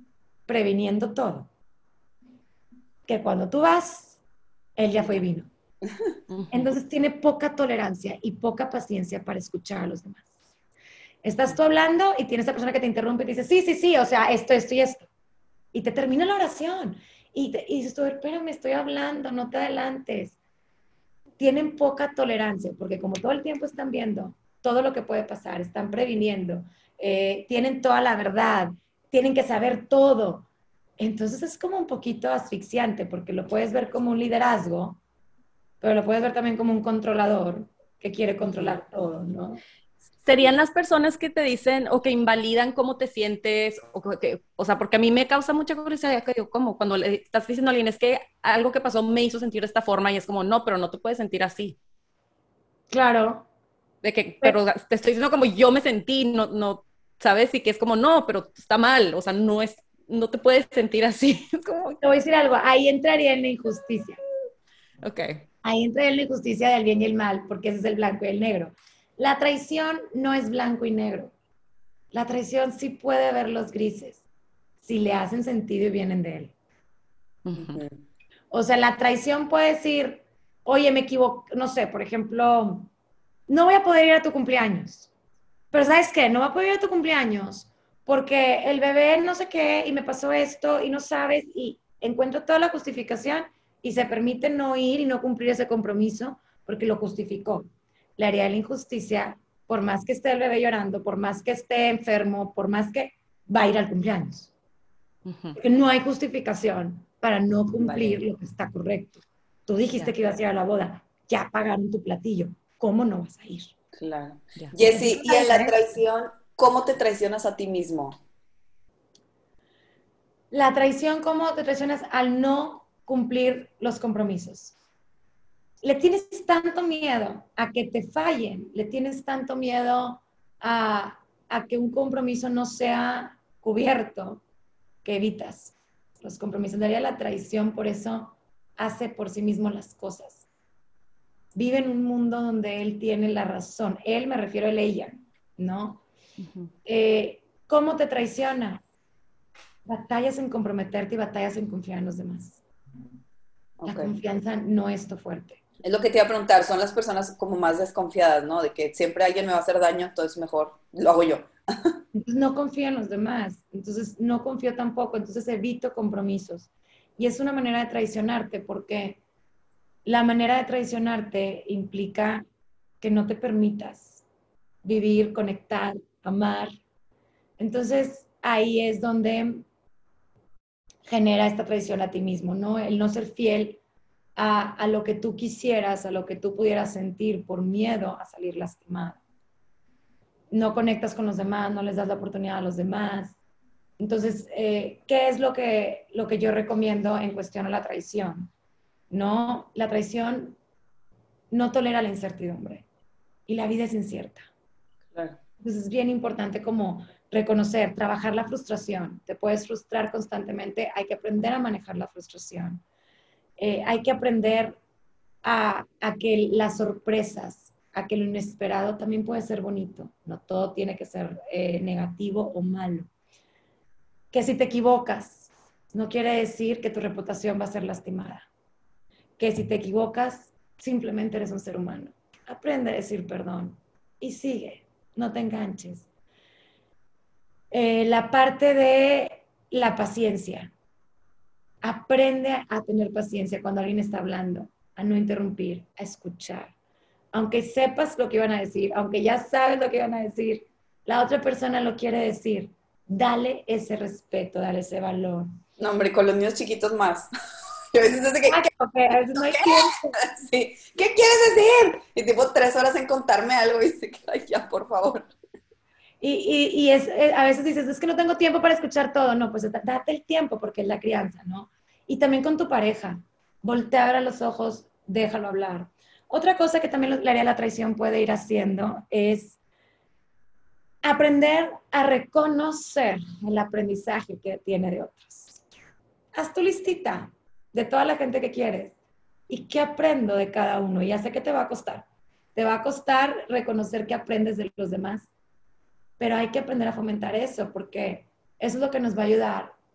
previniendo todo. Que cuando tú vas, él ya fue y vino. Entonces tiene poca tolerancia y poca paciencia para escuchar a los demás. Estás tú hablando y tienes esa persona que te interrumpe y te dice, sí, sí, sí, o sea, esto, esto y esto. Y te termina la oración. Y, te, y dices tú, espérame, estoy hablando, no te adelantes. Tienen poca tolerancia, porque como todo el tiempo están viendo todo lo que puede pasar, están previniendo, eh, tienen toda la verdad, tienen que saber todo. Entonces es como un poquito asfixiante, porque lo puedes ver como un liderazgo, pero lo puedes ver también como un controlador que quiere controlar todo, ¿no? ¿Serían las personas que te dicen o que invalidan cómo te sientes? O, que, o sea, porque a mí me causa mucha curiosidad, que digo, ¿cómo? Cuando le estás diciendo a alguien, es que algo que pasó me hizo sentir de esta forma y es como, no, pero no te puedes sentir así. Claro. De que, pero te estoy diciendo como yo me sentí, no, no, ¿sabes? Y que es como, no, pero está mal, o sea, no es, no te puedes sentir así. Como... Te voy a decir algo, ahí entraría en la injusticia. Ok. Ahí entraría en la injusticia del bien y el mal, porque ese es el blanco y el negro. La traición no es blanco y negro. La traición sí puede ver los grises, si le hacen sentido y vienen de él. Uh-huh. O sea, la traición puede decir, oye, me equivoco, no sé, por ejemplo, no voy a poder ir a tu cumpleaños. Pero ¿sabes qué? No voy a poder ir a tu cumpleaños porque el bebé no sé qué y me pasó esto y no sabes y encuentro toda la justificación y se permite no ir y no cumplir ese compromiso porque lo justificó. Le haría la injusticia, por más que esté el bebé llorando, por más que esté enfermo, por más que va a ir al cumpleaños. Uh-huh. Porque no hay justificación para no cumplir vale. Lo que está correcto. Tú dijiste yeah. que ibas a ir a la boda, ya pagaron tu platillo, ¿cómo no vas a ir? Claro. Yeah. Jessy, y en la traición, ¿cómo te traicionas a ti mismo? La traición, ¿cómo te traicionas al no cumplir los compromisos? Le tienes tanto miedo a que te fallen, le tienes tanto miedo a, a que un compromiso no sea cubierto, que evitas los compromisos. Daría la traición, por eso hace por sí mismo las cosas. Vive en un mundo donde él tiene la razón. Él, me refiero a él, ella, ¿no? Uh-huh. Eh, ¿Cómo te traiciona? Batallas en comprometerte y batallas en confiar en los demás. Okay. La confianza no es tu fuerte. Es lo que te iba a preguntar, son las personas como más desconfiadas, ¿no? De que siempre alguien me va a hacer daño, entonces mejor lo hago yo. Entonces no confío en los demás, entonces no confío tampoco, entonces evito compromisos. Y es una manera de traicionarte, porque la manera de traicionarte implica que no te permitas vivir, conectar, amar. Entonces ahí es donde genera esta traición a ti mismo, ¿no? El no ser fiel a, a lo que tú quisieras, a lo que tú pudieras sentir por miedo a salir lastimado. No conectas con los demás, no les das la oportunidad a los demás. Entonces, eh, ¿qué es lo que, lo que yo recomiendo en cuestión a la traición? No, la traición no tolera la incertidumbre y la vida es incierta. Claro. Entonces es bien importante como reconocer, trabajar la frustración. Te puedes frustrar constantemente, hay que aprender a manejar la frustración. Eh, hay que aprender a, a que las sorpresas, a que lo inesperado también puede ser bonito. No todo tiene que ser eh, negativo o malo. Que si te equivocas, no quiere decir que tu reputación va a ser lastimada. Que si te equivocas, simplemente eres un ser humano. Aprende a decir perdón y sigue, no te enganches. Eh, la parte de la paciencia. Aprende a tener paciencia cuando alguien está hablando, a no interrumpir, a escuchar. Aunque sepas lo que iban a decir, aunque ya sabes lo que iban a decir, la otra persona lo quiere decir. Dale ese respeto, dale ese valor. No, hombre, con los niños chiquitos más. Y a veces es de que, ¿qué? Okay, a veces no hay tiempo. Sí. ¿Qué quieres decir? Y tipo tres horas en contarme algo y se queda ya, por favor. Y, y, y es, a veces dices, es que no tengo tiempo para escuchar todo. No, pues date el tiempo porque es la crianza, ¿no? Y también con tu pareja. Voltea a los ojos, déjalo hablar. Otra cosa que también le haría la traición puede ir haciendo es aprender a reconocer el aprendizaje que tiene de otros. Haz tu listita de toda la gente que quieres y qué aprendo de cada uno. Y ya sé que te va a costar. Te va a costar reconocer que aprendes de los demás, pero hay que aprender a fomentar eso porque eso es lo que nos va a ayudar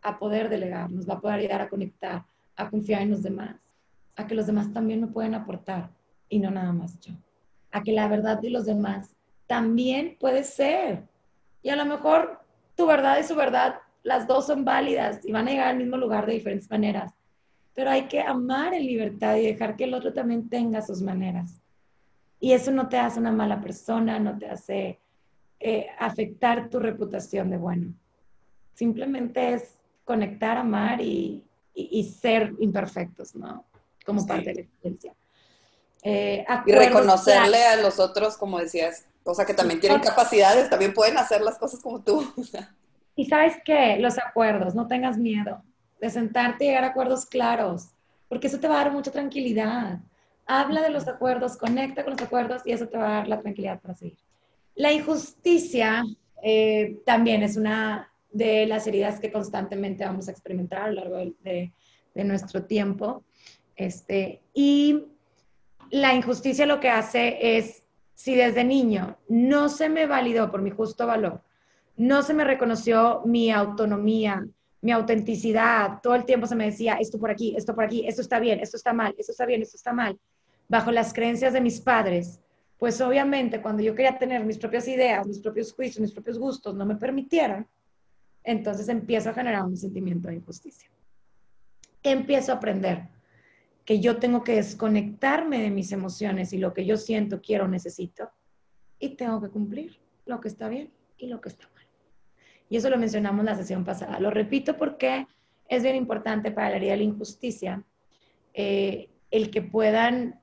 a poder delegar, nos va a poder ayudar a conectar, a confiar en los demás, a que los demás también me pueden aportar y no nada más yo. A que la verdad de los demás también puede ser. Y a lo mejor tu verdad y su verdad, las dos son válidas y van a llegar al mismo lugar de diferentes maneras. Pero hay que amar en libertad y dejar que el otro también tenga sus maneras. Y eso no te hace una mala persona, no te hace eh, afectar tu reputación de bueno. Simplemente es conectar, amar y, y, y ser imperfectos, ¿no? Como sí. Parte de la experiencia. Eh, y reconocerle claro. a los otros, como decías, o sea, que también tienen capacidades, también pueden hacer las cosas como tú. O sea. Y ¿sabes qué? Los acuerdos, no tengas miedo de sentarte y llegar a acuerdos claros, porque eso te va a dar mucha tranquilidad. Habla de los acuerdos, conecta con los acuerdos y eso te va a dar la tranquilidad para seguir. La injusticia eh, también es una de las heridas que constantemente vamos a experimentar a lo largo de, de, de nuestro tiempo. Este, y la injusticia lo que hace es, si desde niño no se me validó por mi justo valor, no se me reconoció mi autonomía, mi autenticidad, todo el tiempo se me decía, esto por aquí, esto por aquí, esto está bien, esto está mal, esto está bien, esto está mal, bajo las creencias de mis padres, pues obviamente cuando yo quería tener mis propias ideas, mis propios juicios, mis propios gustos, no me permitieron, entonces empiezo a generar un sentimiento de injusticia. Empiezo a aprender que yo tengo que desconectarme de mis emociones y lo que yo siento, quiero, necesito, y tengo que cumplir lo que está bien y lo que está mal. Y eso lo mencionamos en la sesión pasada. Lo repito porque es bien importante para la herida de la injusticia eh, el que puedan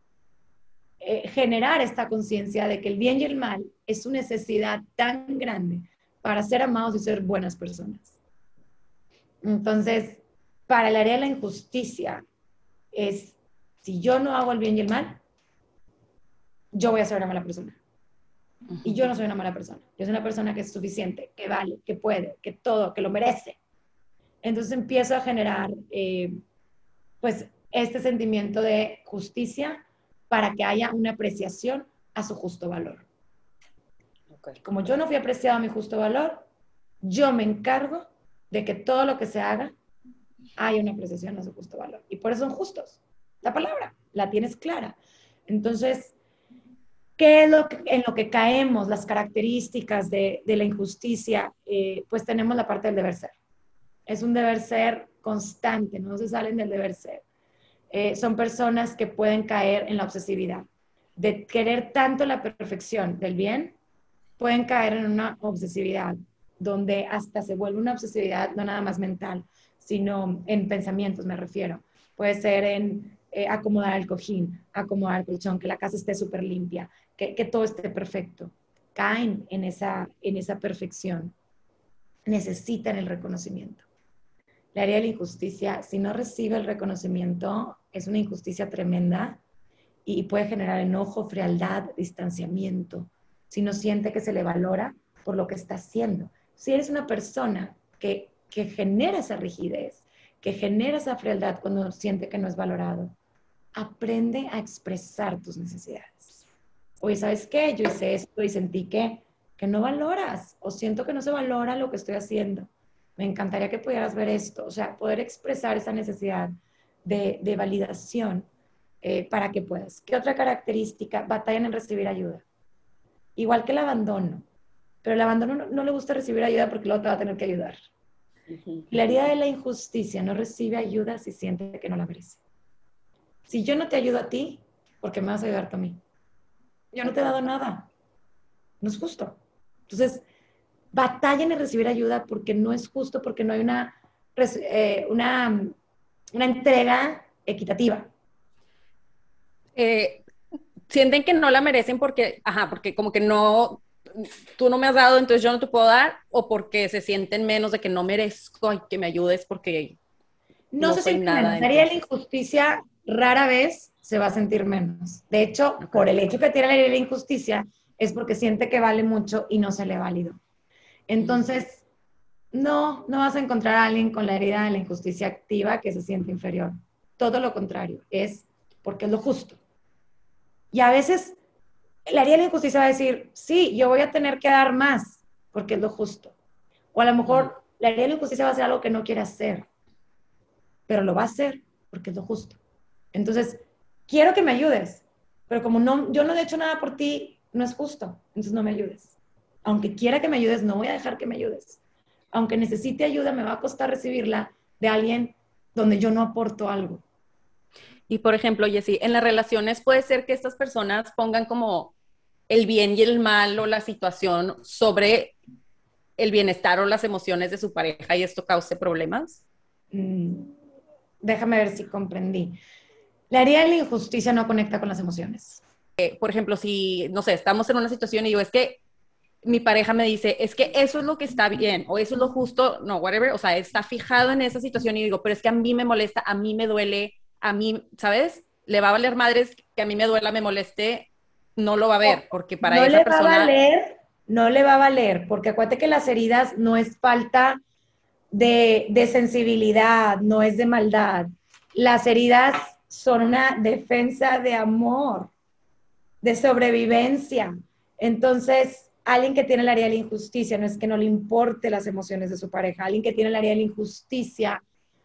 eh, generar esta conciencia de que el bien y el mal es una necesidad tan grande para ser amados y ser buenas personas. Entonces, para el área de la injusticia es, si yo no hago el bien y el mal, yo voy a ser una mala persona. Y yo no soy una mala persona. Yo soy una persona que es suficiente, que vale, que puede, que todo, que lo merece. Entonces empiezo a generar, eh, pues, este sentimiento de justicia para que haya una apreciación a su justo valor. Okay. Como yo no fui apreciado a mi justo valor, yo me encargo de que todo lo que se haga haya una apreciación a su justo valor. Y por eso son justos. La palabra, la tienes clara. Entonces, ¿qué es lo que, en lo que caemos? Las características de, de la injusticia, eh, pues tenemos la parte del deber ser. Es un deber ser constante, no se salen del deber ser. Eh, son personas que pueden caer en la obsesividad. De querer tanto la perfección del bien, pueden caer en una obsesividad, donde hasta se vuelve una obsesividad no nada más mental, sino en pensamientos me refiero. Puede ser en eh, acomodar el cojín, acomodar el colchón, que la casa esté súper limpia, que, que todo esté perfecto. Caen en esa, en esa perfección. Necesitan el reconocimiento. La área de la injusticia, si no recibe el reconocimiento, es una injusticia tremenda y puede generar enojo, frialdad, distanciamiento, si no siente que se le valora por lo que está haciendo. Si eres una persona que, que genera esa rigidez, que genera esa frialdad cuando siente que no es valorado, aprende a expresar tus necesidades. Oye, ¿sabes qué? Yo hice esto y sentí que, que no valoras, o siento que no se valora lo que estoy haciendo. Me encantaría que pudieras ver esto, o sea, poder expresar esa necesidad de, de validación eh, para que puedas. ¿Qué otra característica? Batallan en recibir ayuda. Igual que el abandono, pero el abandono no, no le gusta recibir ayuda porque luego te va a tener que ayudar. Uh-huh. La herida de la injusticia no recibe ayuda si siente que no la merece. Si yo no te ayudo a ti, ¿por qué me vas a ayudar tú a mí? Yo no te he dado nada. No es justo. Entonces, batallen en recibir ayuda porque no es justo, porque no hay una, eh, una, una entrega equitativa. Eh, sienten que no la merecen porque, ajá, porque como que no, tú no me has dado, entonces yo no te puedo dar, o porque se sienten menos de que no merezco y que me ayudes porque no, no se soy nada. La la injusticia rara vez se va a sentir menos. De hecho, okay. por el hecho que tiene la herida de la injusticia, es porque siente que vale mucho y no se le válido. Entonces, no, no vas a encontrar a alguien con la herida de la injusticia activa que se siente inferior. Todo lo contrario, es porque es lo justo. Y a veces, la herida de la injusticia va a decir, sí, yo voy a tener que dar más porque es lo justo. O a lo mejor la herida de la injusticia va a ser algo que no quiere hacer, pero lo va a hacer porque es lo justo. Entonces, quiero que me ayudes, pero como no, yo no he hecho nada por ti, no es justo, entonces no me ayudes. Aunque quiera que me ayudes, no voy a dejar que me ayudes. Aunque necesite ayuda, me va a costar recibirla de alguien donde yo no aporto algo. Y por ejemplo, Jessie, en las relaciones puede ser que estas personas pongan como el bien y el mal o la situación sobre el bienestar o las emociones de su pareja y esto cause problemas. Mm, déjame ver si comprendí. La herida de la injusticia no conecta con las emociones. Eh, por ejemplo, si, no sé, estamos en una situación y digo, es que mi pareja me dice, es que eso es lo que está bien, o eso es lo justo, no, whatever, o sea, está fijado en esa situación y digo, pero es que a mí me molesta, a mí me duele, a mí, ¿sabes? Le va a valer madres que a mí me duela, me moleste, no lo va a ver, porque para No esa le va a persona... valer, no le va a valer, porque acuérdate que las heridas no es falta de, de sensibilidad, no es de maldad. Las heridas son una defensa de amor, de sobrevivencia. Entonces, alguien que tiene el área de la injusticia no es que no le importe las emociones de su pareja, alguien que tiene el área de la injusticia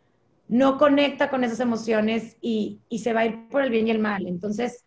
no conecta con esas emociones y, y se va a ir por el bien y el mal. Entonces,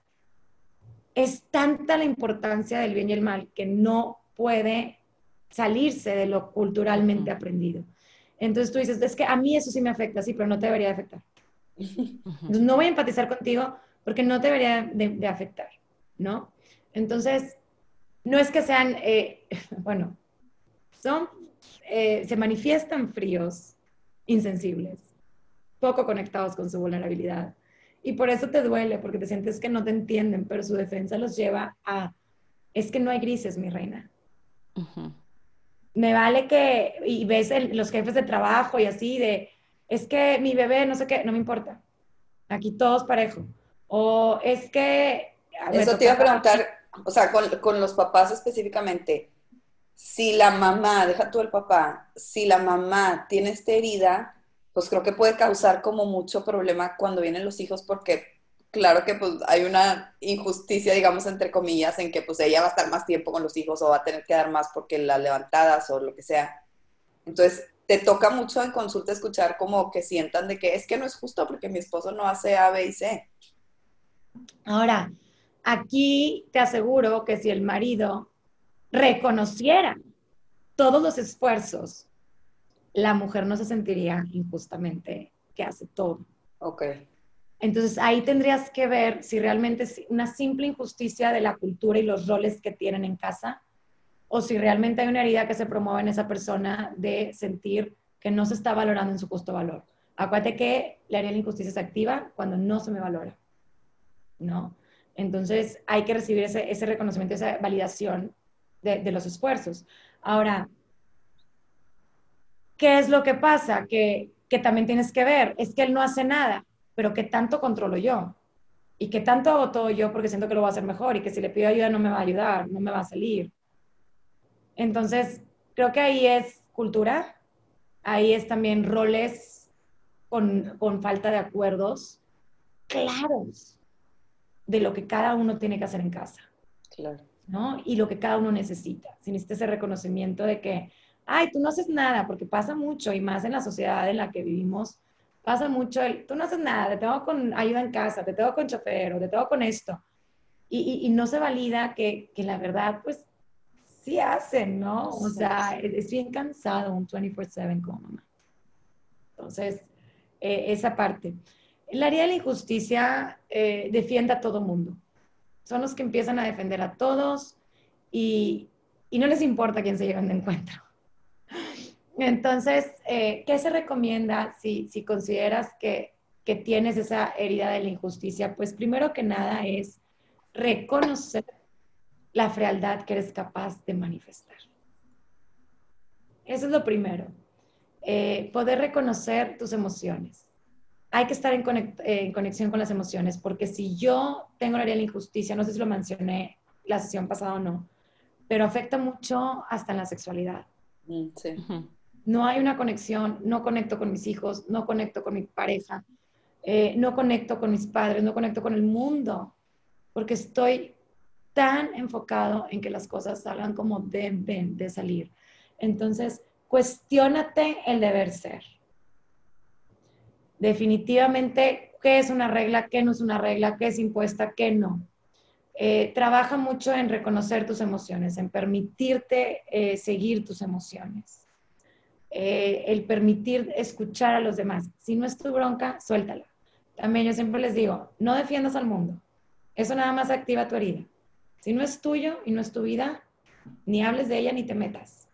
es tanta la importancia del bien y el mal que no puede salirse de lo culturalmente Uh-huh. aprendido. Entonces tú dices, es que a mí eso sí me afecta, sí, pero no te debería de afectar. Uh-huh. Entonces no voy a empatizar contigo porque no te debería de, de afectar, ¿no? Entonces, no es que sean, eh, bueno, son, eh, se manifiestan fríos, insensibles, poco conectados con su vulnerabilidad. Y por eso te duele, porque te sientes que no te entienden, pero su defensa los lleva a, es que no hay grises, mi reina. Uh-huh. Me vale que, y ves el, los jefes de trabajo y así, de, es que mi bebé, no sé qué, no me importa. Aquí todos parejo. O es que me Eso te iba a tocaba a mí. preguntar, o sea, con, con los papás específicamente, si la mamá, deja tú el papá, si la mamá tiene esta herida, pues creo que puede causar como mucho problema cuando vienen los hijos porque claro que pues hay una injusticia, digamos, entre comillas, en que pues ella va a estar más tiempo con los hijos o va a tener que dar más porque las levantadas o lo que sea. Entonces, te toca mucho en consulta escuchar como que sientan de que es que no es justo porque mi esposo no hace A, B y C. Ahora, aquí te aseguro que si el marido reconociera todos los esfuerzos, la mujer no se sentiría injustamente que hace todo. Ok. Entonces ahí tendrías que ver si realmente es una simple injusticia de la cultura y los roles que tienen en casa, o si realmente hay una herida que se promueve en esa persona de sentir que no se está valorando en su justo valor. Acuérdate que la herida de la injusticia se activa cuando no se me valora, ¿no? Entonces hay que recibir ese, ese reconocimiento, esa validación de, de los esfuerzos. Ahora, ¿qué es lo que pasa? Que, que también tienes que ver, es que él no hace nada, pero ¿qué tanto controlo yo? ¿Y qué tanto hago todo yo porque siento que lo voy a hacer mejor y que si le pido ayuda no me va a ayudar, no me va a salir? Entonces, creo que ahí es cultura, ahí es también roles con, con falta de acuerdos claros de lo que cada uno tiene que hacer en casa, Claro. ¿no? Y lo que cada uno necesita. Si necesita ese reconocimiento de que, ay, tú no haces nada, porque pasa mucho, y más en la sociedad en la que vivimos, pasa mucho el, tú no haces nada, te tengo con ayuda en casa, te tengo con chofer, o te tengo con esto. Y, y, y no se valida que, que la verdad, pues, sí hacen, ¿no? O Sí. sea, es, es bien cansado un veinticuatro siete como mamá. Entonces, eh, esa parte. El área de la injusticia eh, defiende a todo mundo. Son los que empiezan a defender a todos y, y no les importa quién se lleven de encuentro. Entonces, eh, ¿qué se recomienda si, si consideras que, que tienes esa herida de la injusticia? Pues primero que nada es reconocer la frialdad que eres capaz de manifestar. Eso es lo primero. Eh, poder reconocer tus emociones. Hay que estar en, conect, eh, en conexión con las emociones, porque si yo tengo la área de la injusticia, no sé si lo mencioné la sesión pasada o no, pero afecta mucho hasta en la sexualidad. Mm, sí. Uh-huh. No hay una conexión, no conecto con mis hijos, no conecto con mi pareja, eh, no conecto con mis padres, no conecto con el mundo, porque estoy tan enfocado en que las cosas salgan como deben de salir. Entonces, cuestiónate el deber ser. Definitivamente, ¿qué es una regla? ¿Qué no es una regla? ¿Qué es impuesta? ¿Qué no? Eh, trabaja mucho en reconocer tus emociones, en permitirte eh, seguir tus emociones, eh, el permitir escuchar a los demás. Si no es tu bronca, suéltala. También yo siempre les digo, no defiendas al mundo. Eso nada más activa tu herida. Si no es tuyo y no es tu vida, ni hables de ella ni te metas,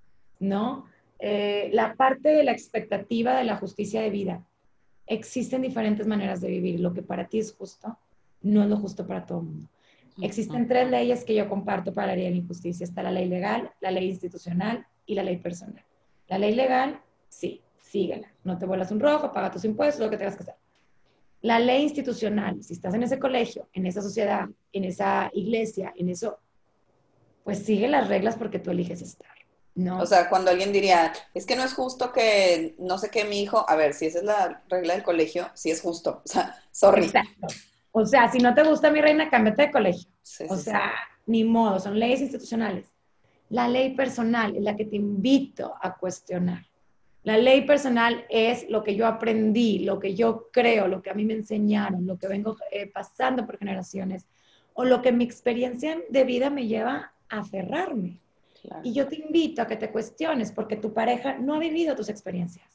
¿no? Eh, la parte de la expectativa de la justicia de vida. Existen diferentes maneras de vivir. Lo que para ti es justo, no es lo justo para todo el mundo. Existen tres leyes que yo comparto para la área de la injusticia. Está la ley legal, la ley institucional y la ley personal. La ley legal, sí, síguela. No te vuelas un rojo, paga tus impuestos, lo que tengas que hacer. La ley institucional, si estás en ese colegio, en esa sociedad, en esa iglesia, en eso, pues sigue las reglas porque tú eliges estar, ¿no? O sea, cuando alguien diría, es que no es justo que no sé qué mi hijo, a ver, si esa es la regla del colegio, sí es justo. O sea, sorry. Exacto. O sea, si no te gusta mi reina, cámbiate de colegio. Sí, o sí, sea, sí. ni modo, son leyes institucionales. La ley personal es la que te invito a cuestionar. La ley personal es lo que yo aprendí, lo que yo creo, lo que a mí me enseñaron, lo que vengo eh, pasando por generaciones, o lo que mi experiencia de vida me lleva a aferrarme. Claro. Y yo te invito a que te cuestiones porque tu pareja no ha vivido tus experiencias,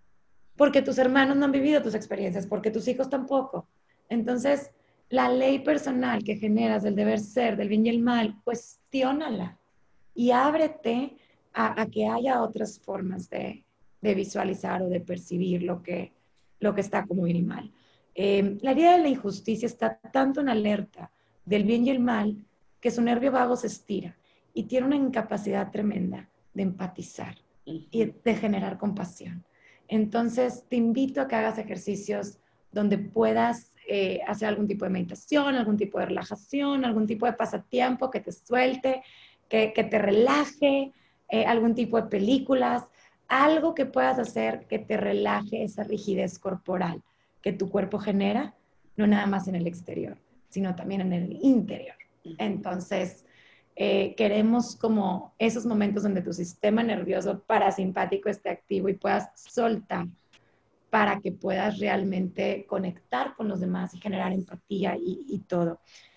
porque tus hermanos no han vivido tus experiencias, porque tus hijos tampoco. Entonces, la ley personal que generas del deber ser, del bien y el mal, cuestiónala y ábrete a, a que haya otras formas de, de visualizar o de percibir lo que, lo que está como bien y mal. Eh, la idea de la injusticia está tanto en alerta del bien y el mal que su nervio vago se estira y tiene una incapacidad tremenda de empatizar Uh-huh. y de generar compasión. Entonces, te invito a que hagas ejercicios donde puedas eh, hacer algún tipo de meditación, algún tipo de relajación, algún tipo de pasatiempo que te suelte, que, que te relaje, eh, algún tipo de películas, algo que puedas hacer que te relaje esa rigidez corporal que tu cuerpo genera, no nada más en el exterior, sino también en el interior. Entonces, eh, queremos como esos momentos donde tu sistema nervioso parasimpático esté activo y puedas soltar para que puedas realmente conectar con los demás y generar empatía y, y todo.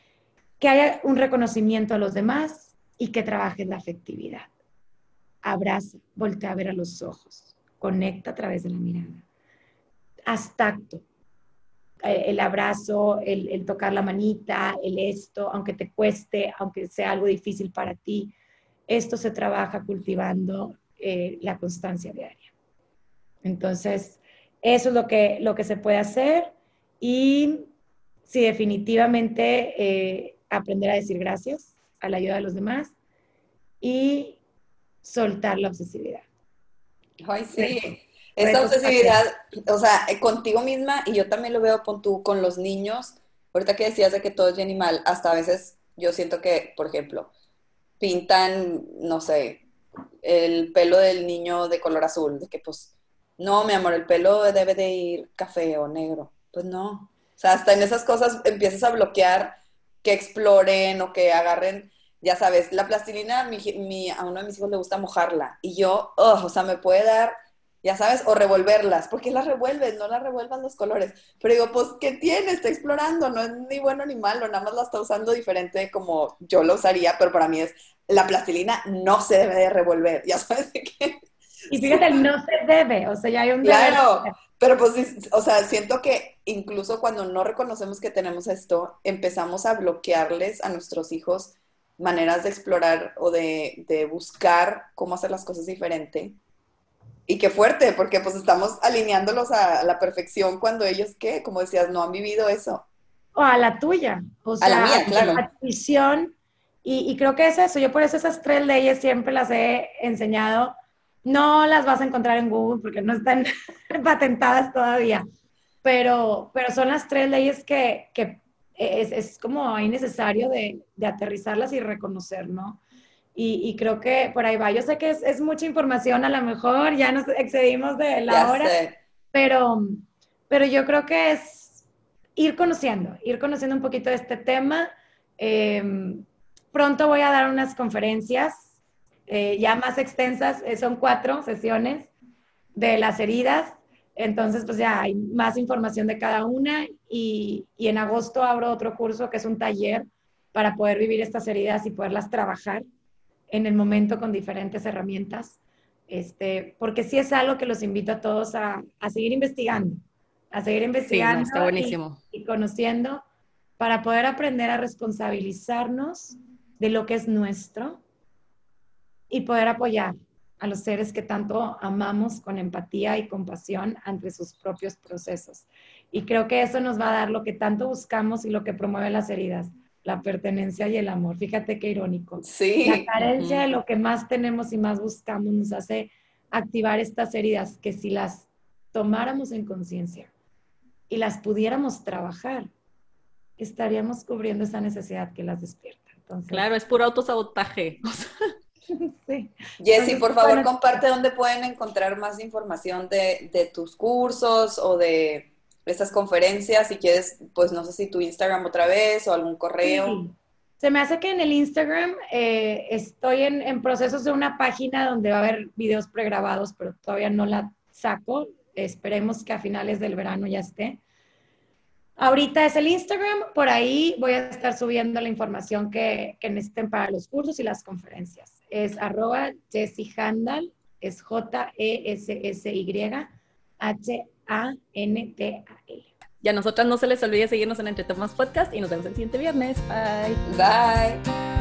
Que haya un reconocimiento a los demás y que trabajes la afectividad. Abraza, voltea a ver a los ojos, conecta a través de la mirada. Haz tacto, el abrazo, el, el tocar la manita, el esto, aunque te cueste, aunque sea algo difícil para ti, esto se trabaja cultivando eh, la constancia diaria. Entonces, eso es lo que, lo que se puede hacer y sí, definitivamente eh, aprender a decir gracias a la ayuda de los demás y soltar la obsesividad. Ay, sí. Reto, Esa retos obsesividad, o sea, eh, contigo misma, y yo también lo veo con tú, con los niños, ahorita que decías de que todo es bien y mal, hasta a veces yo siento que, por ejemplo, pintan, no sé, el pelo del niño de color azul, de que pues, no, mi amor, el pelo debe de ir café o negro. Pues no. O sea, hasta en esas cosas empiezas a bloquear que exploren o que agarren, ya sabes, la plastilina, mi, mi, a uno de mis hijos le gusta mojarla, y yo, oh, o sea, me puede dar, ya sabes, o revolverlas. ¿Por qué las revuelves? No las revuelvan los colores. Pero digo, pues, ¿qué tiene? Está explorando, no es ni bueno ni malo, nada más la está usando diferente como yo lo usaría, pero para mí es, la plastilina no se debe de revolver, ya sabes de qué. Y fíjate, no se debe, o sea, ya hay un deber. Claro, pero pues, o sea, siento que incluso cuando no reconocemos que tenemos esto, empezamos a bloquearles a nuestros hijos maneras de explorar o de, de buscar cómo hacer las cosas diferente. Y qué fuerte, porque pues estamos alineándolos a la perfección cuando ellos, ¿qué? Como decías, no han vivido eso. O a la tuya, o A sea, la mía, a, claro. a tu visión. Y, y creo que es eso, yo por eso esas tres leyes siempre las he enseñado. No las vas a encontrar en Google porque no están patentadas todavía, pero, pero son las tres leyes que, que es, es como ahí necesario de, de aterrizarlas y reconocer, ¿no? Y, y creo que por ahí va. Yo sé que es, es mucha información, a lo mejor ya nos excedimos de la Ya hora, sé. pero, pero yo creo que es ir conociendo, ir conociendo un poquito de este tema. Eh, pronto voy a dar unas conferencias eh, ya más extensas, eh, son cuatro sesiones de las heridas, entonces pues ya hay más información de cada una y, y en agosto abro otro curso que es un taller para poder vivir estas heridas y poderlas trabajar en el momento con diferentes herramientas, este, porque sí es algo que los invito a todos a, a seguir investigando, a seguir investigando sí, no, está buenísimo. y, y conociendo para poder aprender a responsabilizarnos de lo que es nuestro y poder apoyar a los seres que tanto amamos con empatía y compasión ante sus propios procesos. Y creo que eso nos va a dar lo que tanto buscamos y lo que promueve las heridas, la pertenencia y el amor. Fíjate qué irónico. Sí. La carencia uh-huh. de lo que más tenemos y más buscamos nos hace activar estas heridas que si las tomáramos en conciencia y las pudiéramos trabajar, estaríamos cubriendo esa necesidad que las despierta. Entonces, claro, es puro autosabotaje. Sí. Jessy, por favor, bueno, comparte dónde pueden encontrar más información de, de tus cursos o de estas conferencias. Si quieres, pues no sé si tu Instagram otra vez o algún correo. Sí. Se me hace que en el Instagram eh, estoy en, en procesos de una página donde va a haber videos pregrabados, pero todavía no la saco. Esperemos que a finales del verano ya esté. Ahorita es el Instagram, por ahí voy a estar subiendo la información que, que necesiten para los cursos y las conferencias. Es arroba Jessy Handal, es J E S S Y H A N T A L. Y a nosotras no se les olvide seguirnos en Entre Temas Podcast y nos vemos el siguiente viernes. Bye. Bye.